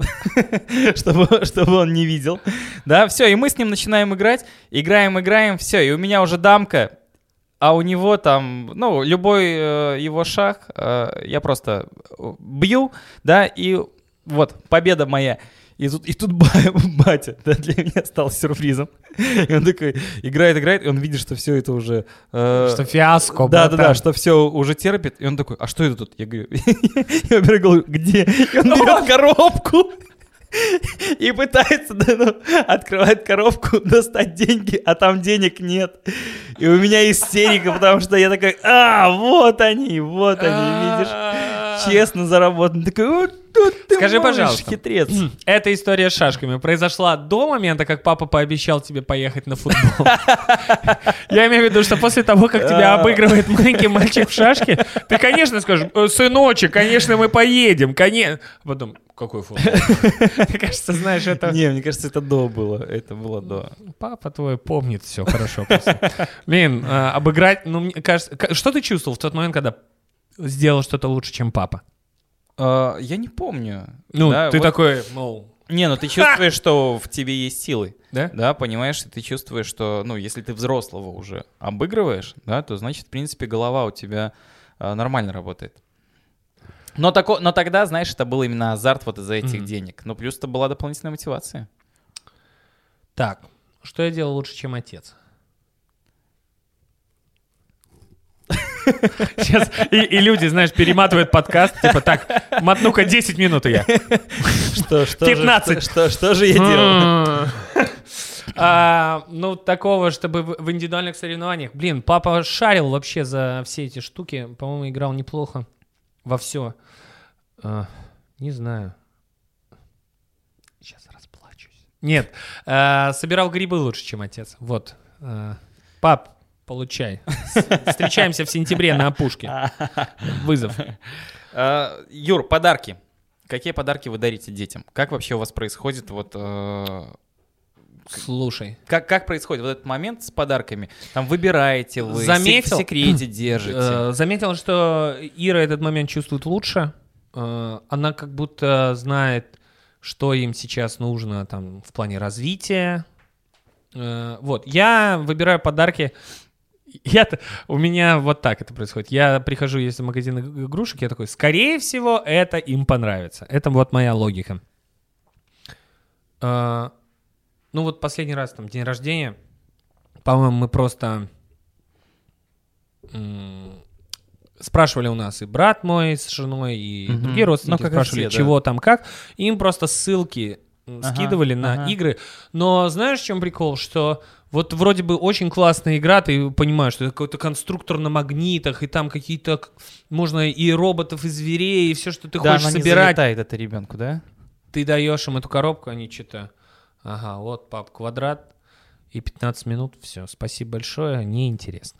чтобы, чтобы он не видел. Да, все, и мы с ним начинаем играть, играем, играем, все, и у меня уже дамка, а у него там, ну, любой э, его шаг, э, я просто бью, да, и вот, победа моя. И тут, и тут ба- батя, да, для меня стал сюрпризом. И он такой играет, играет, и он видит, что все это уже... э, Что фиаско, да, да, да, братан. что все уже терпит. И он такой, а что это тут? Я говорю, я беру, говорю, где? И он берет коробку и пытается, да, ну, открывает коробку, достать деньги, а там денег нет. И у меня истерика, потому что я такой, а, вот они, вот они, видишь, честно заработан. Такой, вот тут ты Скажи, можешь, пожалуйста. хитрец. Эта история с шашками произошла до момента, как папа пообещал тебе поехать на футбол. Я имею в виду, что после того, как тебя обыгрывает маленький мальчик в шашки, ты, конечно, скажешь, «Э, сыночек, конечно, мы поедем, конечно. А потом, какой футбол? Мне кажется, знаешь, это... Не, мне кажется, это до было, это было до. Папа твой помнит все хорошо. просто. Блин, а, обыграть, ну, мне кажется... к- Что ты чувствовал в тот момент, когда сделал что-то лучше, чем папа? А, я не помню. Ну, Да, ты вот- такой, мол... Не, ну ты чувствуешь, что в тебе есть силы. Да? Да, понимаешь, и ты чувствуешь, что, ну, если ты взрослого уже обыгрываешь, да, то значит, в принципе, голова у тебя а, нормально работает. Но, тако, но тогда, знаешь, это был именно азарт вот из-за этих Мгм. денег. Ну, плюс это была дополнительная мотивация. Так, что я делал лучше, чем отец? Сейчас и, и люди, знаешь, перематывают подкаст, типа, так, мотну-ка десять минут и я. Что, что, пятнадцать. Же, что, что, что же я делал? А, ну, такого, чтобы в, в индивидуальных соревнованиях. Блин, папа шарил вообще за все эти штуки. По-моему, играл неплохо во все. А, не знаю. Сейчас расплачусь. Нет, а, собирал грибы лучше, чем отец. Вот. А, пап, получай. Встречаемся в сентябре на опушке. Вызов. Юр, подарки. Какие подарки вы дарите детям? Как вообще у вас происходит вот... Э, Слушай. Как, как происходит вот этот момент с подарками? Там выбираете вы, Заметил, в секрете держите? Э, заметил, что Ира этот момент чувствует лучше. Э, она как будто знает, что им сейчас нужно там в плане развития. Э, вот. Я выбираю подарки... Я, у меня вот так это происходит. Я прихожу, если в магазин игрушек, я такой, скорее всего, это им понравится. Это вот моя логика. Uh, ну вот последний раз, там, день рождения, по-моему, мы просто м- спрашивали у нас и брат мой с женой, и mm-hmm. другие родственники ну, спрашивали, все, чего да. там, как. И им просто ссылки ага, скидывали на ага. игры. Но знаешь, в чем прикол? Что... Вот вроде бы очень классная игра, ты понимаешь, что это какой-то конструктор на магнитах, и там какие-то, можно и роботов, и зверей, и все, что ты да, хочешь она собирать. Не залетает это ребенку, да? Ты даешь им эту коробку, они что-то, ага, вот, пап, квадрат, и пятнадцать минут, все, спасибо большое, неинтересно.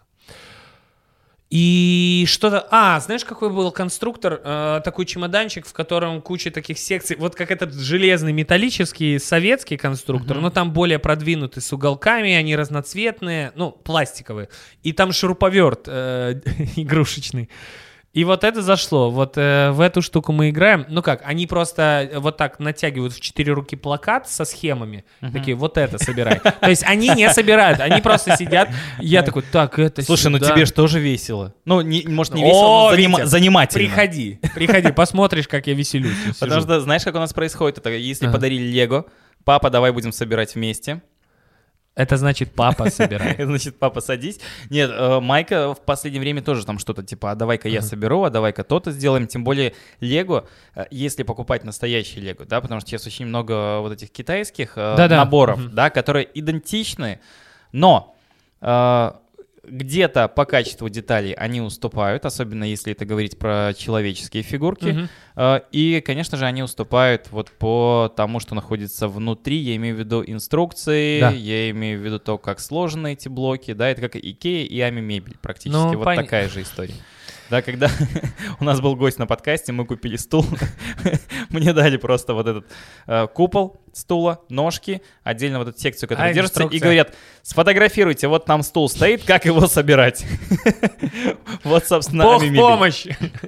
И что-то... А, знаешь, какой был конструктор? Э, такой чемоданчик, в котором куча таких секций. Вот как этот железный металлический советский конструктор, uh-huh. но там более продвинутый, с уголками, они разноцветные, ну, пластиковые. И там шуруповерт э, игрушечный. И вот это зашло. Вот э, в эту штуку мы играем. Ну как, они просто вот так натягивают в четыре руки плакат со схемами. Uh-huh. Такие, вот это собирай. То есть они не собирают, они просто сидят. Я такой, так, это Слушай, сюда. ну тебе же тоже весело. Ну, не, может, не весело, но заним... занимательно. Приходи, приходи, посмотришь, как я веселюсь. Потому что, знаешь, как у нас происходит? Это если подарили Лего, папа, давай будем собирать вместе. Это значит, папа собирает. Значит, папа, садись. Нет, э, Майка в последнее время тоже там что-то типа, а давай-ка я uh-huh. соберу, а давай-ка то-то сделаем. Тем более Лего, э, если покупать настоящий Лего, да, потому что сейчас очень много вот этих китайских э, наборов, uh-huh. да, которые идентичны, но э, где-то по качеству деталей они уступают, особенно если это говорить про человеческие фигурки. Uh-huh. Э, и, конечно же, они уступают вот по тому, что находится внутри. Я имею в виду инструкции, да. я имею в виду то, как сложены эти блоки. Да, это как Икея и Ами Мебель практически. Ну, вот пон... такая же история. Да, когда у нас был гость на подкасте, мы купили стул, мне дали просто вот этот э, купол стула, ножки, отдельно вот эту секцию, которая а, держится, инструкция. И говорят, сфотографируйте, вот там стул стоит, как его собирать. Вот, собственно, Бог в помощь!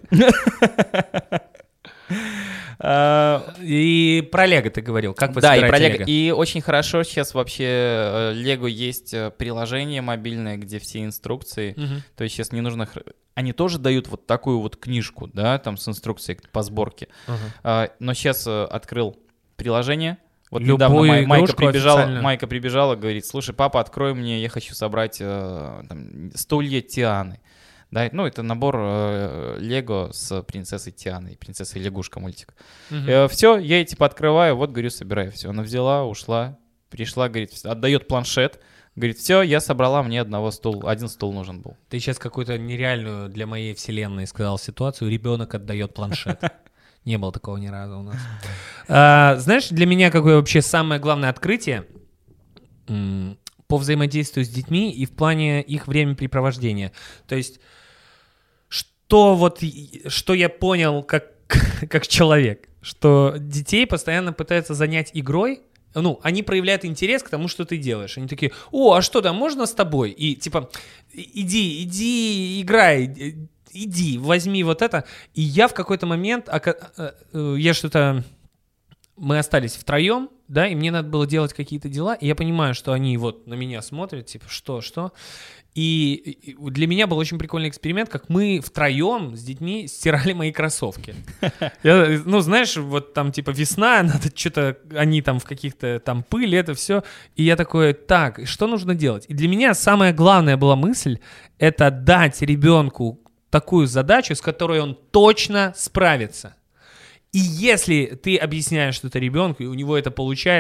И про Лего ты говорил, как вы да, и про Лего? И очень хорошо сейчас вообще Лего есть приложение мобильное, где все инструкции, угу. то есть сейчас не нужно... Они тоже дают вот такую вот книжку, да, там с инструкцией по сборке, угу. но сейчас открыл приложение. Вот Любую недавно Май, Майка, прибежала, Майка прибежала, говорит, слушай, папа, открой мне, я хочу собрать там, стулья Тианы. Да, ну, это набор э, Лего с принцессой Тианой, принцессой лягушка мультик. Uh-huh. Э, все, я эти подкрываю, вот, говорю, собираю. Все, она взяла, ушла, пришла, говорит, отдает планшет. Говорит, все, я собрала, мне одного стул, один стул нужен был. Ты сейчас какую-то нереальную для моей вселенной сказал ситуацию, ребенок отдает планшет. Не было такого ни разу у нас. Знаешь, для меня какое вообще самое главное открытие по взаимодействию с детьми и в плане их времяпрепровождения. То есть, что вот, что я понял как, как человек, что детей постоянно пытаются занять игрой. Ну, они проявляют интерес к тому, что ты делаешь. Они такие, о, а что там, можно с тобой? И типа, иди, иди, играй, иди, возьми вот это. И я в какой-то момент, я что-то, мы остались втроем, да, и мне надо было делать какие-то дела, и я понимаю, что они вот на меня смотрят, типа, что, что? И для меня был очень прикольный эксперимент, как мы втроем с детьми стирали мои кроссовки. Я, ну, знаешь, вот там типа весна, надо что-то, они там в каких-то там пыли, это все. И я такой, так, что нужно делать? И для меня самая главная была мысль, это дать ребенку такую задачу, с которой он точно справится. И если ты объясняешь что-то ребенку, и у него это получается,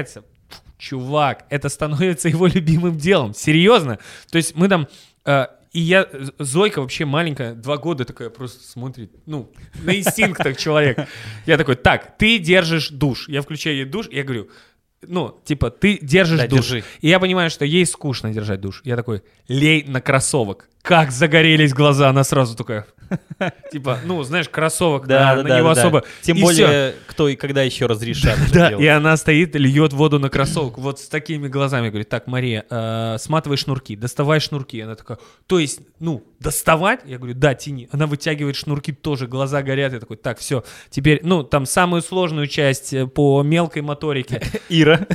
Чувак, это становится его любимым делом. Серьезно. То есть мы там... Э, и я... Зойка вообще маленькая, два года такая просто смотрит. Ну, на инстинктах человек. Я такой, так, ты держишь душ. Я включаю ей душ, и я говорю... Ну, типа, ты держишь да, душ. Держи. И я понимаю, что ей скучно держать душ. Я такой, лей на кроссовок. Как загорелись глаза, она сразу такая... Типа, ну, знаешь, кроссовок да, на, да, на да, него да, особо. Да. Тем и более, все. кто и когда еще разрешат. Да, и она стоит, льет воду на кроссовок. Вот с такими глазами. Говорит, так, Мария, э, сматывай шнурки, доставай шнурки. Она такая, то есть, ну, доставать? Я говорю, да, тяни. Она вытягивает шнурки тоже, глаза горят. Я такой, так, все. Теперь, ну, там самую сложную часть по мелкой моторике. Ира.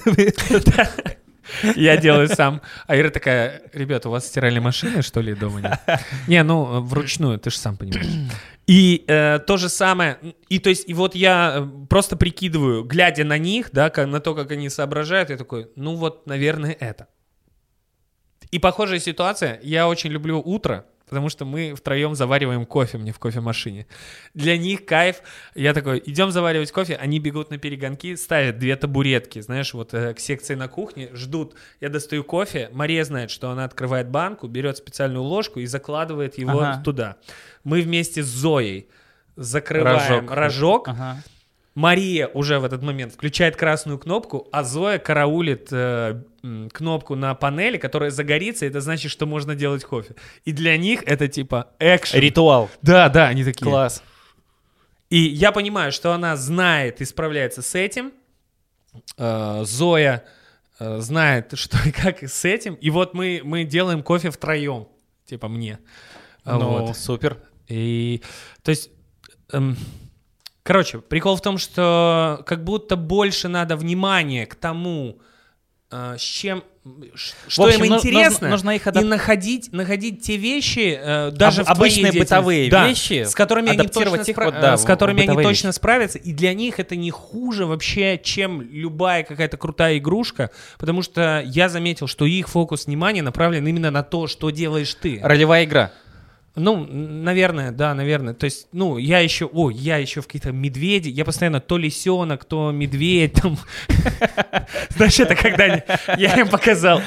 Я делаю сам. А Ира такая, ребята, у вас стиральной машины, что ли, дома нет? Не, ну, вручную, ты же сам понимаешь. И э, то же самое, и то есть, и вот я просто прикидываю, глядя на них, да, как, на то, как они соображают, я такой, ну вот, наверное, это. И похожая ситуация, я очень люблю утро, потому что мы втроем завариваем кофе мне в кофемашине. Для них кайф. Я такой, идем заваривать кофе, они бегут на перегонки, ставят две табуретки, знаешь, вот э, к секции на кухне, ждут. Я достаю кофе, Мария знает, что она открывает банку, берет специальную ложку и закладывает его ага. туда. Мы вместе с Зоей закрываем рожок. рожок. Ага. Мария уже в этот момент включает красную кнопку, а Зоя караулит э, кнопку на панели, которая загорится, и это значит, что можно делать кофе. И для них это типа экшен. Ритуал. Да, да, они такие. Класс. И я понимаю, что она знает и справляется с этим. Э, Зоя э, знает, что и как с этим. И вот мы, мы делаем кофе втроем. Типа мне. Ну, вот. Супер. И, то есть... Эм, Короче, прикол в том, что как будто больше надо внимания к тому, э, с чем, что общем, им интересно, нужно, нужно их адап... и находить, находить те вещи, э, даже Об, в обычные бытовые да, вещи, с которыми они точно, их, спра... вот, да, с которыми они точно вещи. справятся, и для них это не хуже вообще, чем любая какая-то крутая игрушка, потому что я заметил, что их фокус внимания направлен именно на то, что делаешь ты. Ролевая игра. Ну, наверное, да, наверное. То есть, ну, я еще, о, я еще в какие-то медведи, я постоянно то лисенок, то медведь, там. Знаешь, это когда я им показал,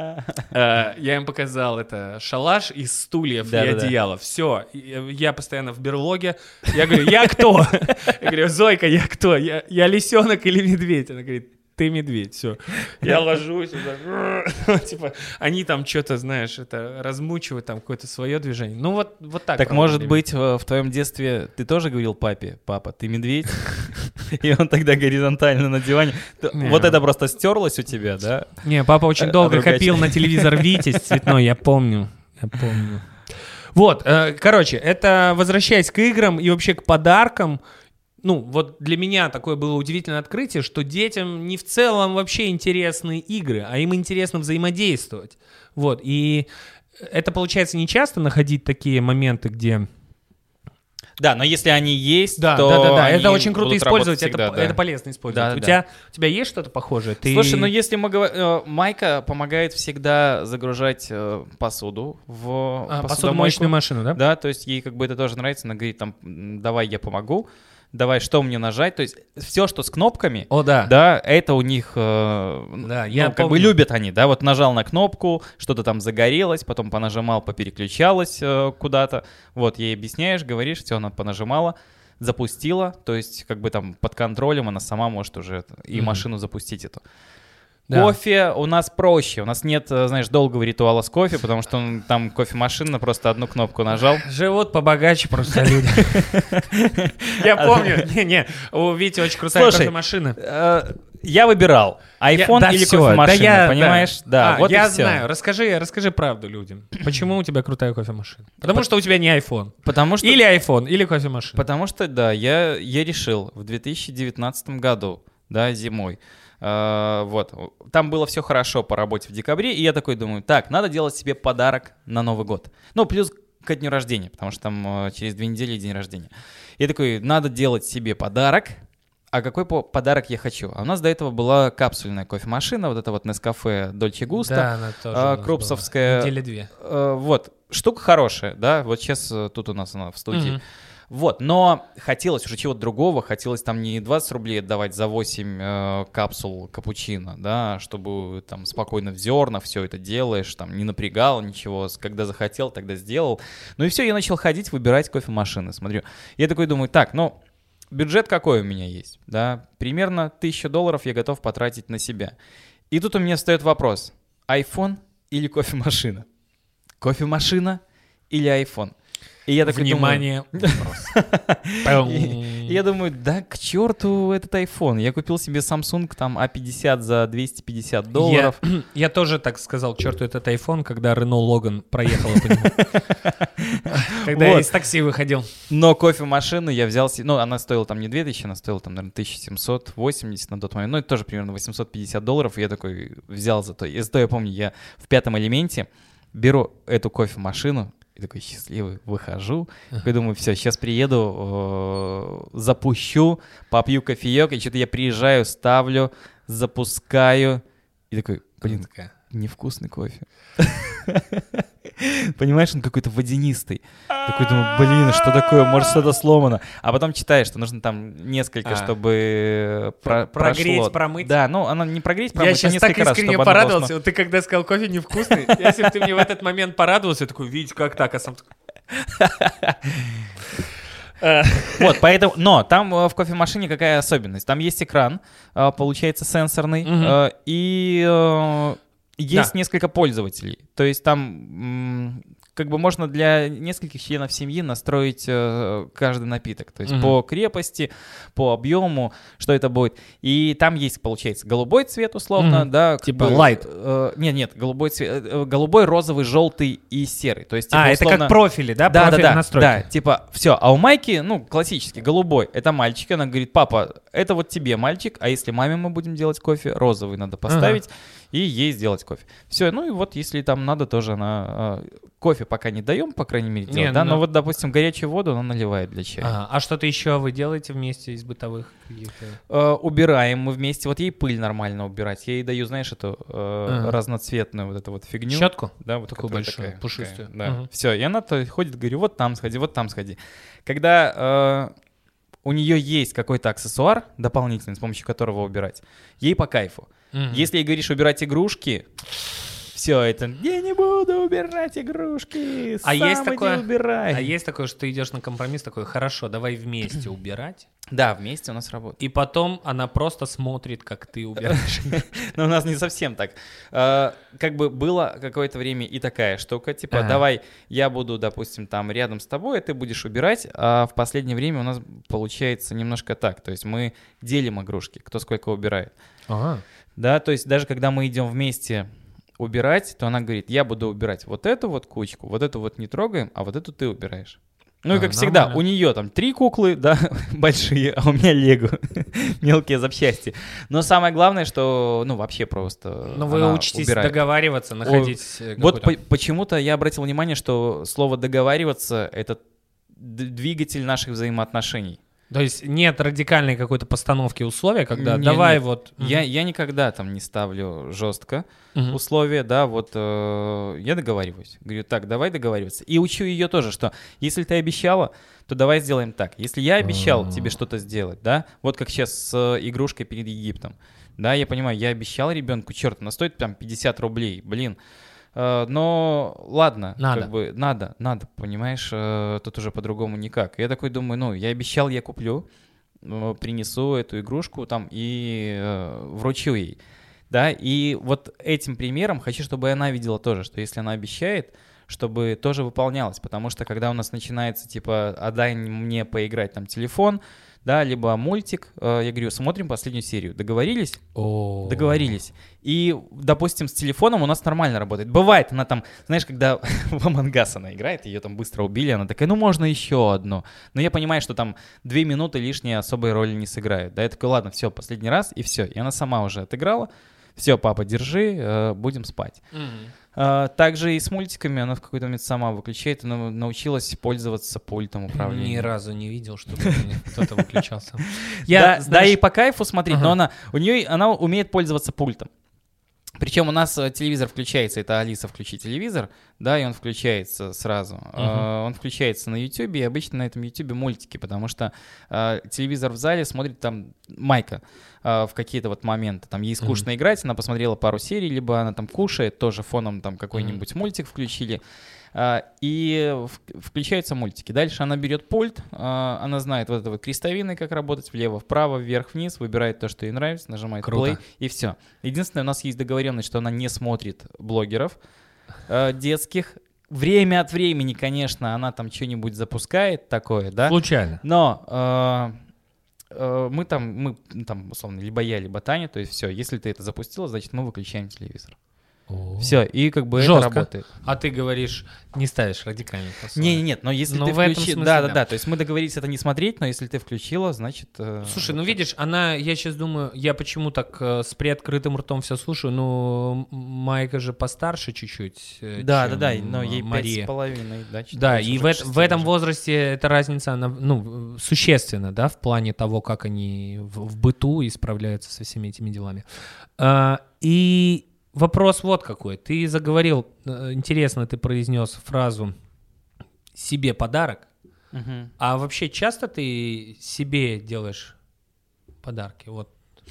я им показал это шалаш из стульев и одеяла. Все, я постоянно в берлоге. Я говорю, я кто? Я говорю, Зойка, я кто? Я лисенок или медведь? Она говорит, ты медведь, все. Я ложусь, типа, они там что-то, знаешь, это размучивают, там какое-то свое движение. Ну вот, вот так. Так может быть в твоем детстве ты тоже говорил папе, папа, ты медведь? И он тогда горизонтально на диване. Вот это просто стерлось у тебя, да? Не, папа очень долго копил на телевизор Витязь цветной, я помню, я помню. Вот, короче, это возвращаясь к играм и вообще к подаркам. Ну, вот для меня такое было удивительное открытие, что детям не в целом вообще интересны игры, а им интересно взаимодействовать. Вот, и это получается не часто находить такие моменты, где... Да, но если они есть, да, то да, да, да. они это очень круто использовать, всегда, это, да. это полезно использовать. Да, у, да. Тебя, у тебя есть что-то похожее? Ты... Слушай, ну если мы говорим... Майка помогает всегда загружать э, посуду в а, посудомоечную машину, да? Да, то есть ей как бы это тоже нравится, она говорит, там, давай я помогу. Давай, что мне нажать? То есть все, что с кнопками, О, да. да, это у них, э, да, ну, я как помню. бы любят они, да, вот нажал на кнопку, что-то там загорелось, потом понажимал, попереключалось э, куда-то, вот, ей объясняешь, говоришь, все, она понажимала, запустила, то есть как бы там под контролем она сама может уже это, и mm-hmm. машину запустить эту. Да. Кофе у нас проще. У нас нет, знаешь, долгого ритуала с кофе, потому что он, там кофемашина, просто одну кнопку нажал. Живут побогаче просто люди. Я помню. Не-не, у Вити очень крутая кофемашина. Я выбирал, iPhone или кофемашина, понимаешь? Да, вот я знаю. Расскажи, расскажи правду людям. Почему у тебя крутая кофемашина? Потому что у тебя не iPhone. Потому что или iPhone, или кофемашина. Потому что, да, я я решил в две тысячи девятнадцатом году, да, зимой. Uh, вот, там было все хорошо по работе в декабре, и я такой думаю, так, надо делать себе подарок на Новый год. Ну, плюс ко дню рождения, потому что там uh, через две недели день рождения. Я такой, надо делать себе подарок, а какой по- подарок я хочу? А у нас до этого была капсульная кофемашина, вот это вот Nescafe Dolce Gusto, да, она тоже uh, крупсовская. Недели две. Uh, вот, штука хорошая, да, вот сейчас uh, тут у нас она в студии. Mm-hmm. Вот, но хотелось уже чего-то другого, хотелось там не двадцать рублей отдавать за восемь э, капсул капучино, да, чтобы там спокойно в зерна все это делаешь, там не напрягал ничего, когда захотел, тогда сделал. Ну и все, я начал ходить, выбирать кофемашины, смотрю. Я такой думаю, так, ну, бюджет какой у меня есть, да, примерно тысяча долларов я готов потратить на себя. И тут у меня встает вопрос, iPhone или кофемашина? Кофемашина или iPhone? И я такой Внимание, думаю... И я думаю, да к черту этот iPhone. Я купил себе Samsung там а пятьдесят за двести пятьдесят долларов. Я, я тоже так сказал, к черту этот iPhone, когда Renault Logan проехала по нему. Когда я из такси выходил. Но кофемашину я взял... Ну, она стоила там не две тысячи, она стоила там, наверное, тысяча семьсот восемьдесят на тот момент. Ну, это тоже примерно восемьсот пятьдесят долларов. И я такой взял зато. И зато я помню, я в «Пятом элементе» беру эту кофемашину, и такой счастливый, выхожу. Я думаю, все, сейчас приеду, э, запущу, попью кофеек, и что-то я приезжаю, ставлю, запускаю. И такой, блин, невкусный кофе. Понимаешь, он какой-то водянистый. Такой думаю, блин, что такое, может, что-то сломано. А потом читаешь, что нужно там несколько, чтобы прогреть, промыть. Да, ну, оно не прогреть, промыть, я сейчас так искренне порадовался. Вот ты когда сказал кофе невкусный, если бы ты мне в этот момент порадовался, я такой, видишь, как так, а сам Вот, поэтому, но там в кофемашине какая особенность? Там есть экран, получается, сенсорный, угу. и есть да. несколько пользователей. То есть там как бы можно для нескольких членов семьи настроить э, каждый напиток. То есть угу. по крепости, по объему, что это будет. И там есть, получается, голубой цвет условно, угу. да. Типа light. Э, нет, нет, голубой цвет, э, голубой, розовый, желтый и серый. То есть, типа, а, условно, это как профили, да? Да, профили да, да, настройки. да, типа все. А у Майки, ну, классический, голубой, это мальчик. Она говорит, папа, это вот тебе мальчик, а если маме мы будем делать кофе, розовый надо поставить. Ага. И ей сделать кофе. Все, ну и вот если там надо, тоже она... Э, кофе пока не даем, по крайней мере, делать, не, да, ну, но вот, допустим, горячую воду она наливает для чая. Ага. А что-то еще вы делаете вместе из бытовых каких-то? Э, убираем мы вместе. Вот ей пыль нормально убирать. Я ей даю, знаешь, эту э, ага. разноцветную вот эту вот фигню. Щетку? Да, вот такую большую, такая, пушистую. Такая, да, ага. Все, и она то ходит, говорю, вот там сходи, вот там сходи. Когда... Э, у нее есть какой-то аксессуар дополнительный, с помощью которого убирать, ей по кайфу. Mm-hmm. Если ей говоришь убирать игрушки, все это, я не буду убирать игрушки, а сам есть иди такое, убирай. А есть такое, что ты идешь на компромисс, такой, хорошо, давай вместе убирать. Да, вместе у нас работает. И потом она просто смотрит, как ты убираешь. Но у нас не совсем так. Как бы было какое-то время и такая штука, типа, давай я буду, допустим, там рядом с тобой, а ты будешь убирать, а в последнее время у нас получается немножко так, то есть мы делим игрушки, кто сколько убирает. Ага. Да, то есть даже когда мы идем вместе убирать, то она говорит, я буду убирать вот эту вот кучку, вот эту вот не трогаем, а вот эту ты убираешь. Ну а, и как всегда, нормально. У нее там три куклы, да, большие, а у меня лего, мелкие запчасти. Но самое главное, что, ну, вообще просто Но вы учитесь убирает. договариваться, находить... О, вот по- почему-то я обратил внимание, что слово «договариваться» — это двигатель наших взаимоотношений. То есть нет радикальной какой-то постановки условия, когда не, давай нет. вот... Я, я никогда там не ставлю жестко угу. условия, да, вот э, я договариваюсь. Говорю, так, давай договариваться. И учу ее тоже, что если ты обещала, то давай сделаем так. Если я обещал А-а-а. тебе что-то сделать, да, вот как сейчас с э, игрушкой перед Египтом, да, я понимаю, я обещал ребенку, черт, она стоит там пятьдесят рублей, блин. Но ладно, надо. как бы надо, надо, понимаешь, тут уже по-другому никак. Я такой думаю, ну, я обещал, я куплю, принесу эту игрушку там и э, вручу ей, да, и вот этим примером хочу, чтобы она видела тоже, что если она обещает, чтобы тоже выполнялось, потому что когда у нас начинается, типа, отдай мне поиграть там телефон, да, либо мультик, э, я говорю, смотрим последнюю серию. Договорились? О-о-о. Договорились. И, допустим, с телефоном у нас нормально работает. Бывает, она там, знаешь, когда в Among Us она играет, ее там быстро убили, она такая, ну, можно еще одну. Но я понимаю, что там две минуты лишние особой роли не сыграют. Да, я такой, ладно, все, последний раз, и все. И она сама уже отыграла. Все, папа, держи, э, будем спать. Mm-hmm. А, также и с мультиками она в какой-то момент сама выключает, она научилась пользоваться пультом управления. Ни разу не видел, чтобы кто-то выключался. Да, и по кайфу смотреть, но она у нее она умеет пользоваться пультом. Причем у нас э, телевизор включается, это Алиса, включи телевизор, да, и он включается сразу. Uh-huh. Э, он включается на YouTube, и обычно на этом YouTube мультики, потому что э, телевизор в зале смотрит там Майка э, в какие-то вот моменты. Там ей скучно uh-huh. играть, она посмотрела пару серий, либо она там кушает, тоже фоном там какой-нибудь uh-huh. мультик включили. И включаются мультики. Дальше она берет пульт, она знает вот это вот крестовины, как работать, влево, вправо, вверх, вниз, выбирает то, что ей нравится, нажимает play, и все. Единственное, у нас есть договоренность, что она не смотрит блогеров детских. Время от времени, конечно, она там что-нибудь запускает такое, да? Случайно. Но мы там, мы там, условно, либо я, либо Таня, то есть все, если ты это запустила, значит, мы выключаем телевизор. Все, и как бы Жестко. Это работает. А ты говоришь, не ставишь радикальных условий. Не, не, нет, но если но ты включила, да, да, да. да, то есть мы договорились это не смотреть, но если ты включила, значит. Э, Слушай, вот ну так. видишь, она, я сейчас думаю, я почему так э, с приоткрытым ртом все слушаю, ну Майка же постарше чуть-чуть. Э, Да, чем да, да, но ей Мария. пять с половиной, да. Да, и в, в этом возрасте эта разница, она, ну, существенна, да, в плане того, как они в, в быту исправляются со всеми этими делами. А, и вопрос вот какой. Ты заговорил, интересно, ты произнес фразу «себе подарок». Угу. А вообще часто ты себе делаешь подарки? Вот.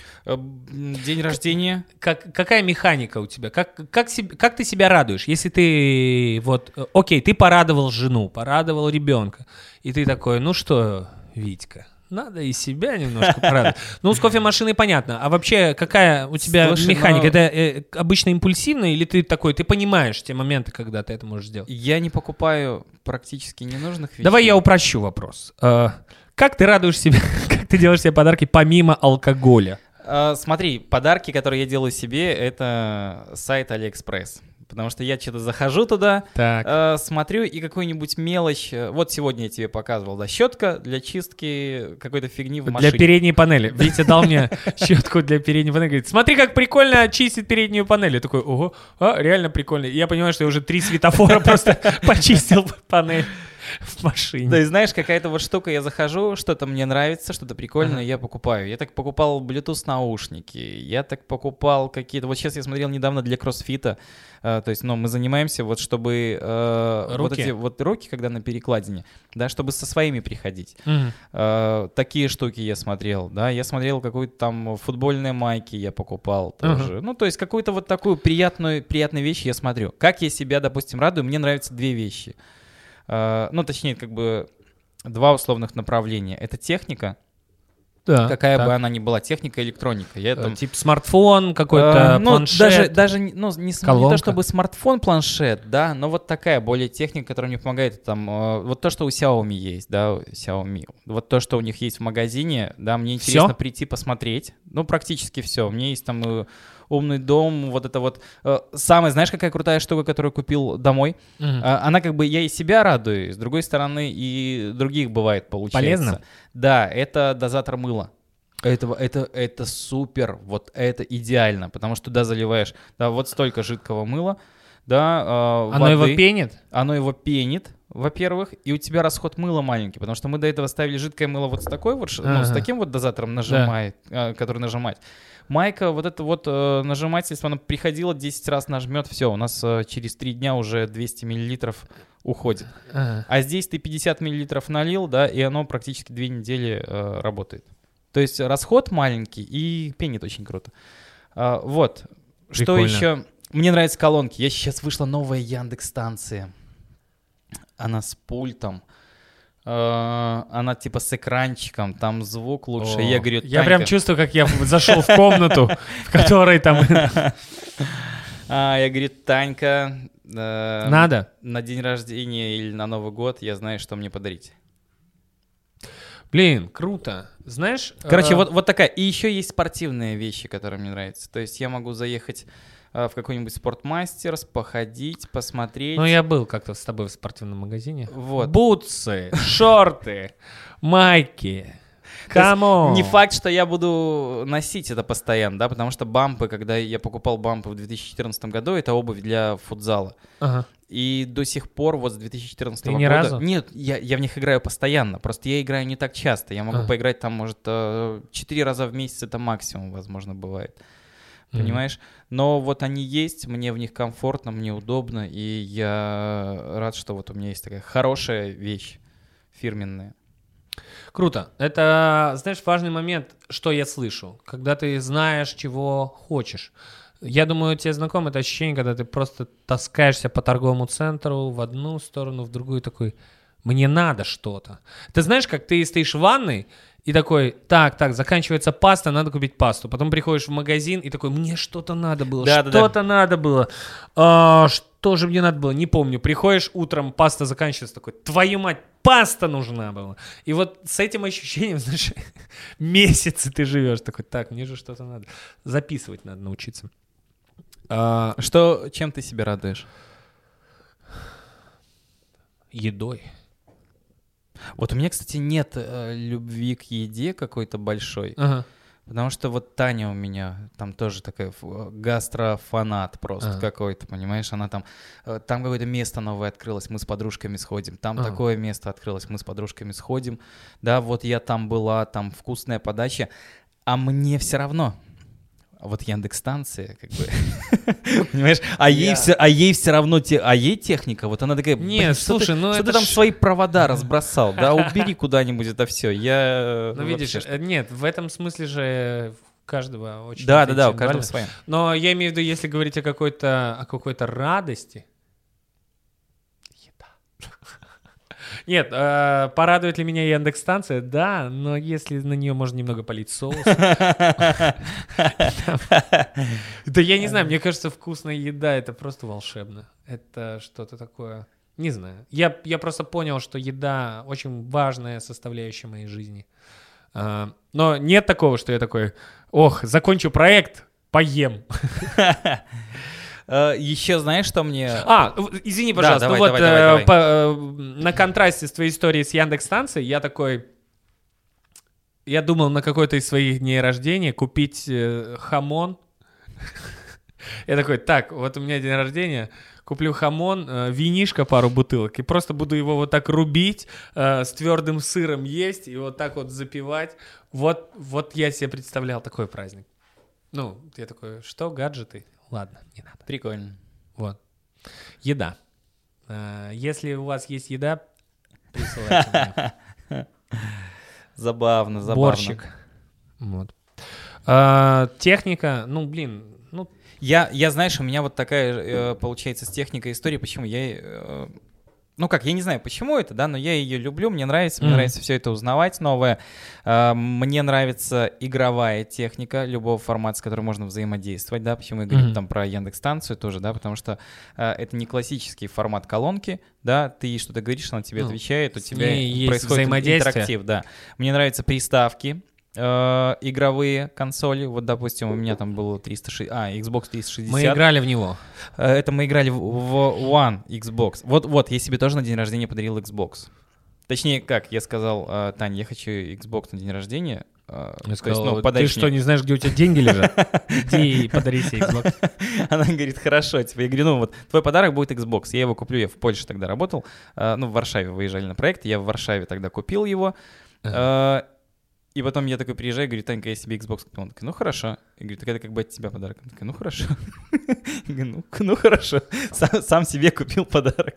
День рождения. Как, какая механика у тебя? Как, как, себе, как ты себя радуешь? Если ты, вот, окей, ты порадовал жену, порадовал ребенка, и ты такой, ну что, Витька, надо и себя немножко порадовать. Ну, с кофемашиной понятно. А вообще, какая у тебя Слушай, механика? но... Это э, обычно импульсивно, или ты такой, ты понимаешь те моменты, когда ты это можешь сделать? Я не покупаю практически ненужных вещей. Давай я упрощу вопрос. Э, как ты радуешь себя, как ты делаешь себе подарки помимо алкоголя? Uh, смотри, подарки, которые я делаю себе, это сайт AliExpress. Потому что я что-то захожу туда, uh, смотрю, и какую-нибудь мелочь... Вот сегодня я тебе показывал, да, щетка для чистки какой-то фигни в машине. Для передней панели. Витя дал мне щетку для передней панели. Говорит, смотри, как прикольно чистит переднюю панель. Я такой, ого, а, реально прикольно. И я понимаю, что я уже три светофора просто почистил панель в машине. То есть, знаешь, какая-то вот штука, я захожу, что-то мне нравится, что-то прикольное, ага. я покупаю. Я так покупал Bluetooth наушники, я так покупал какие-то... Вот сейчас я смотрел недавно для кроссфита, э, то есть, ну, мы занимаемся вот, чтобы... Э, вот эти вот руки, когда на перекладине, да, чтобы со своими приходить. Угу. Э, такие штуки я смотрел, да, я смотрел какую-то там футбольные майки я покупал тоже. Ага. Ну, то есть, какую-то вот такую приятную, приятную вещь я смотрю. Как я себя, допустим, радую, мне нравятся две вещи. Uh, ну, точнее, как бы два условных направления. Это техника, да, какая так. бы она ни была, техника, электроника. Я там... Типа смартфон, какой-то uh, ну, планшет, даже, даже ну, не, не то, чтобы смартфон, планшет, да, но вот такая более техника, которая мне помогает. Там, uh, вот то, что у Xiaomi есть, да, у Xiaomi. Вот то, что у них есть в магазине, да, мне интересно все? Прийти посмотреть. Ну, практически все. У меня есть там... Uh, умный дом, вот это вот. Э, самая, знаешь, какая крутая штука, которую купил домой? Uh-huh. Э, она как бы, я и себя радую, с другой стороны, и других бывает получается. Полезно? Да, это дозатор мыла. Это, это, это супер, вот это идеально, потому что туда заливаешь, да, вот столько жидкого мыла, да, э, Оно воды. его пенит? Оно его пенит, во-первых, и у тебя расход мыла маленький, потому что мы до этого ставили жидкое мыло вот с такой вот, uh-huh. ну, с таким вот дозатором нажимает, да. э, который нажимать. Майка, вот это вот э, нажимательство, она приходила десять раз, нажмет, все, у нас э, через три дня уже двести миллилитров уходит. Ага. А здесь ты пятьдесят миллилитров налил, да, и оно практически две недели э, работает. То есть расход маленький и пенит очень круто. А, вот, прикольно. Что еще? Мне нравятся колонки. Я сейчас вышла новая Яндекс-станция. Она с пультом. Она типа с экранчиком, там звук лучше. О, я говорю, я прям чувствую, как я зашел в комнату, в которой там... Я говорю, Танька, надо на день рождения или на Новый год я знаю, что мне подарить. Блин, круто. Знаешь... Короче, вот, вот такая. И еще есть спортивные вещи, которые мне нравятся. То есть я могу заехать в какой-нибудь спортмастерс, походить, посмотреть. Ну, я был как-то с тобой в спортивном магазине. Вот. Бутсы, шорты, майки. Камон. Не факт, что я буду носить это постоянно, да, потому что бампы, когда я покупал бампы в две тысячи четырнадцатом году, это обувь для футзала. Ага. И до сих пор вот с две тысячи четырнадцатого года... Ты ни года... разу? Нет, я, я в них играю постоянно, просто я играю не так часто. Я могу ага. поиграть там, может, четыре раза в месяц, это максимум, возможно, бывает. понимаешь? Mm-hmm. Но вот они есть, мне в них комфортно, мне удобно, и я рад, что вот у меня есть такая хорошая вещь фирменная. Круто. Это, знаешь, важный момент, что я слышу, когда ты знаешь, чего хочешь. Я думаю, тебе знакомо это ощущение, когда ты просто таскаешься по торговому центру в одну сторону, в другую, такой, мне надо что-то. Ты знаешь, как ты стоишь в ванной и такой, так, так, заканчивается паста, надо купить пасту. Потом приходишь в магазин и такой, мне что-то надо было, да, что-то да, да. надо было. А, что же мне надо было, не помню. Приходишь утром, паста заканчивается, такой, твою мать, паста нужна была. И вот с этим ощущением, знаешь, месяцы ты живешь. Такой, так, мне же что-то надо. Записывать надо научиться. А, что, чем ты себя радуешь? Едой. Вот у меня, кстати, нет э, любви к еде какой-то большой. Ага. Потому что вот Таня у меня там тоже такая гастрофанат просто ага. какой-то, понимаешь? Она там, э, там какое-то место новое открылось, мы с подружками сходим. Там ага. такое место открылось, мы с подружками сходим. Да, вот я там была, там вкусная подача. А мне все равно. Вот Яндекс.Станция, как бы, понимаешь, а ей, все, а ей все равно, те, а ей техника, вот она такая, нет, слушай, что ты, ну что это ты там ж... свои провода разбросал, да, убери куда-нибудь это все, я... Ну, видишь, вообще, нет, в этом смысле же каждого очень... Да, да, да, у каждого своим. Но я имею в виду, если говорить о какой-то, о какой-то радости, нет, э, порадует ли меня Яндекс.Станция? Да, но если на нее можно немного полить соус. Да я не знаю, мне кажется, вкусная еда — это просто волшебно. Это что-то такое... Не знаю. Я, я просто понял, что еда очень важная составляющая моей жизни. Но нет такого, что я такой, ох, закончу проект, поем. Еще знаешь, что мне... А, извини, пожалуйста, да, давай, вот давай, давай, э, давай. По, э, на контрасте с твоей историей с Яндекс.Станцией я такой... Я думал на какой-то из своих дней рождения купить э, хамон. Я такой, так, вот у меня день рождения, куплю хамон, э, винишко, пару бутылок, и просто буду его вот так рубить, э, с твердым сыром есть, и вот так вот запивать. Вот, вот я себе представлял такой праздник. Ну, я такой, что, гаджеты? Ладно, не надо. Прикольно. Вот. Еда. А, если у вас есть еда, присылайте мне. Забавно, забавно. Борщик. Вот. А, техника, ну, блин, ну... Я, я, знаешь, у меня вот такая, э, получается, с техникой история, почему я... Э, ну как, я не знаю, почему это, да, но я ее люблю, мне нравится, мне mm-hmm. нравится все это узнавать новое. Uh, мне нравится игровая техника любого формата, с которой можно взаимодействовать, да, почему я говорю mm-hmm. там про Яндекс.Станцию тоже, да, потому что uh, это не классический формат колонки, да, ты что-то говоришь, она тебе ну, отвечает, у тебя происходит интерактив, да. Мне нравятся приставки. Uh, игровые консоли, вот, допустим, у меня там было триста шестьдесят, а, Xbox триста шестьдесят. Мы играли в него. Uh, это мы играли в, в One Xbox. Вот, вот, я себе тоже на день рождения подарил Xbox. Точнее, как, я сказал, uh, Тань, я хочу Xbox на день рождения. Uh, я сказал, есть, ну, ты что, мне... не знаешь, где у тебя деньги лежат? Иди и подари себе Xbox. Она говорит, хорошо, типа, я говорю, ну вот, твой подарок будет Xbox. Я его куплю, я в Польше тогда работал, uh, ну, в Варшаве выезжали на проект, я в Варшаве тогда купил его. Uh, И потом я такой приезжаю, говорю, Танька, я себе Xbox купил. Он такой, ну хорошо. Я говорю, так это как бы от тебя подарок. Он такой, ну хорошо. Я говорю, ну, ну хорошо. Сам, сам себе купил подарок.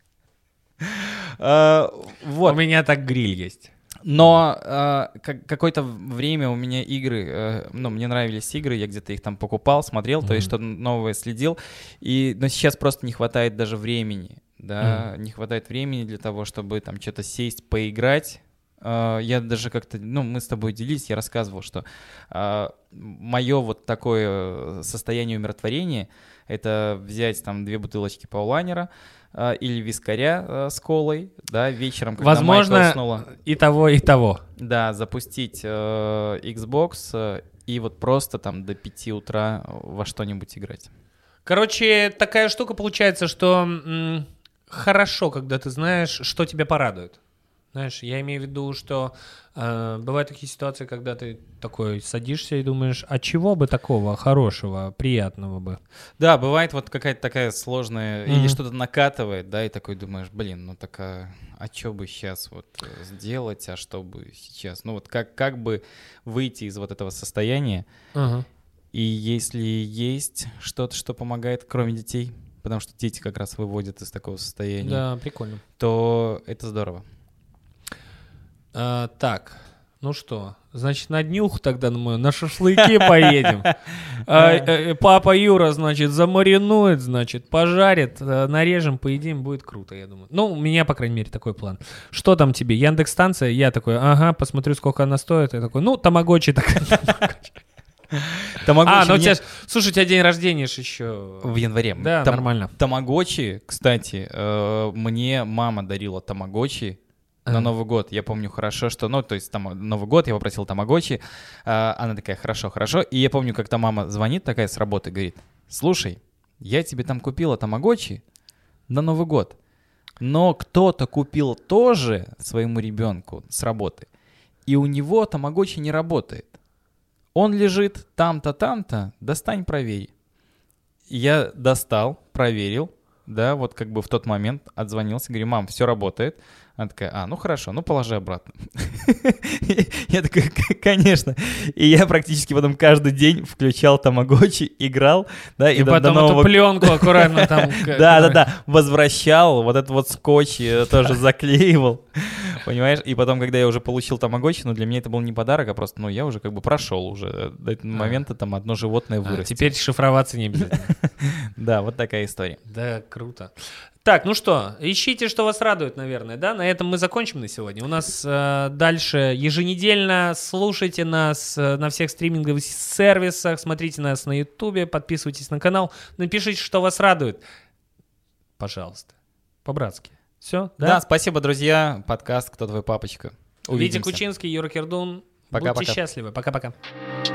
а, вот. У меня так гриль есть. Но а, как, какое-то время у меня игры, а, ну, мне нравились игры, я где-то их там покупал, смотрел, mm-hmm. то есть что-то новое следил. И, но сейчас просто не хватает даже времени, да, mm-hmm. не хватает времени для того, чтобы там что-то сесть, поиграть. Я даже как-то, ну, мы с тобой делились, я рассказывал, что uh, мое вот такое состояние умиротворения — это взять там две бутылочки паулайнера uh, или вискаря uh, с колой, да, вечером, когда возможно, Майка уснула. И того, и того. Да, запустить uh, Xbox uh, и вот просто там до пяти утра во что-нибудь играть. Короче, такая штука получается, что м- хорошо, когда ты знаешь, что тебя порадует. Знаешь, я имею в виду, что э, бывают такие ситуации, когда ты такой садишься и думаешь, а чего бы такого хорошего, приятного бы? Да, бывает вот какая-то такая сложная, mm-hmm. или что-то накатывает, да, и такой думаешь, блин, ну такая, а что бы сейчас вот сделать, а что бы сейчас? Ну вот как, как бы выйти из вот этого состояния? Uh-huh. И если есть что-то, что помогает, кроме детей, потому что дети как раз выводят из такого состояния, Да, прикольно. то это здорово. А, так, ну что, значит, на днюху тогда, думаю, на шашлыки поедем. А, э, Папа Юра, значит, замаринует, значит, пожарит, э, нарежем, поедим, будет круто, я думаю. Ну, у меня, по крайней мере, такой план. Что там тебе? Яндекс.Станция? Я такой, ага, посмотрю, сколько она стоит. Я такой, ну, тамагочи такая. Тамагочи А, ну у мне- тебя, ж- слушай, у тебя день рождения ж еще. В январе. Да, Там- нормально. Тамагочи, кстати, э, мне мама дарила тамагочи на А. Новый год. Я помню хорошо, что, ну, то есть там Новый год, я попросил тамагочи. э, Она такая, хорошо, хорошо. И я помню, как-то мама звонит такая с работы, говорит, слушай, я тебе там купила тамагочи на Новый год, но кто-то купил тоже своему ребенку с работы, и у него тамагочи не работает. Он лежит там-то, там-то, достань, проверь. Я достал, проверил, да, вот как бы в тот момент отзвонился, говорю, мам, все работает. Она такая, а, ну хорошо, ну положи обратно. Я такой, конечно. И я практически потом каждый день включал тамагочи, играл, да, и И до- до потом эту Нового пленку аккуратно там. к- да, да, да, возвращал, вот этот вот скотч э, тоже заклеивал, понимаешь? И потом, когда я уже получил тамагочи, ну, для меня это был не подарок, а просто, ну, я уже как бы прошел уже до этого момента, там одно животное А, вырастет. Теперь шифроваться не обязательно. Да, вот такая история. Да, круто. Так, ну что, ищите, что вас радует, наверное, да? На этом мы закончим на сегодня. У нас э, дальше еженедельно слушайте нас э, на всех стриминговых сервисах, смотрите нас на Ютубе, подписывайтесь на канал, напишите, что вас радует. Пожалуйста, по-братски. Все, Да, да? спасибо, друзья. Подкаст «Кто твой папочка». Витя Увидимся. Кучинский, Юра Кирдун. Пока-пока. Будьте счастливы. Пока-пока.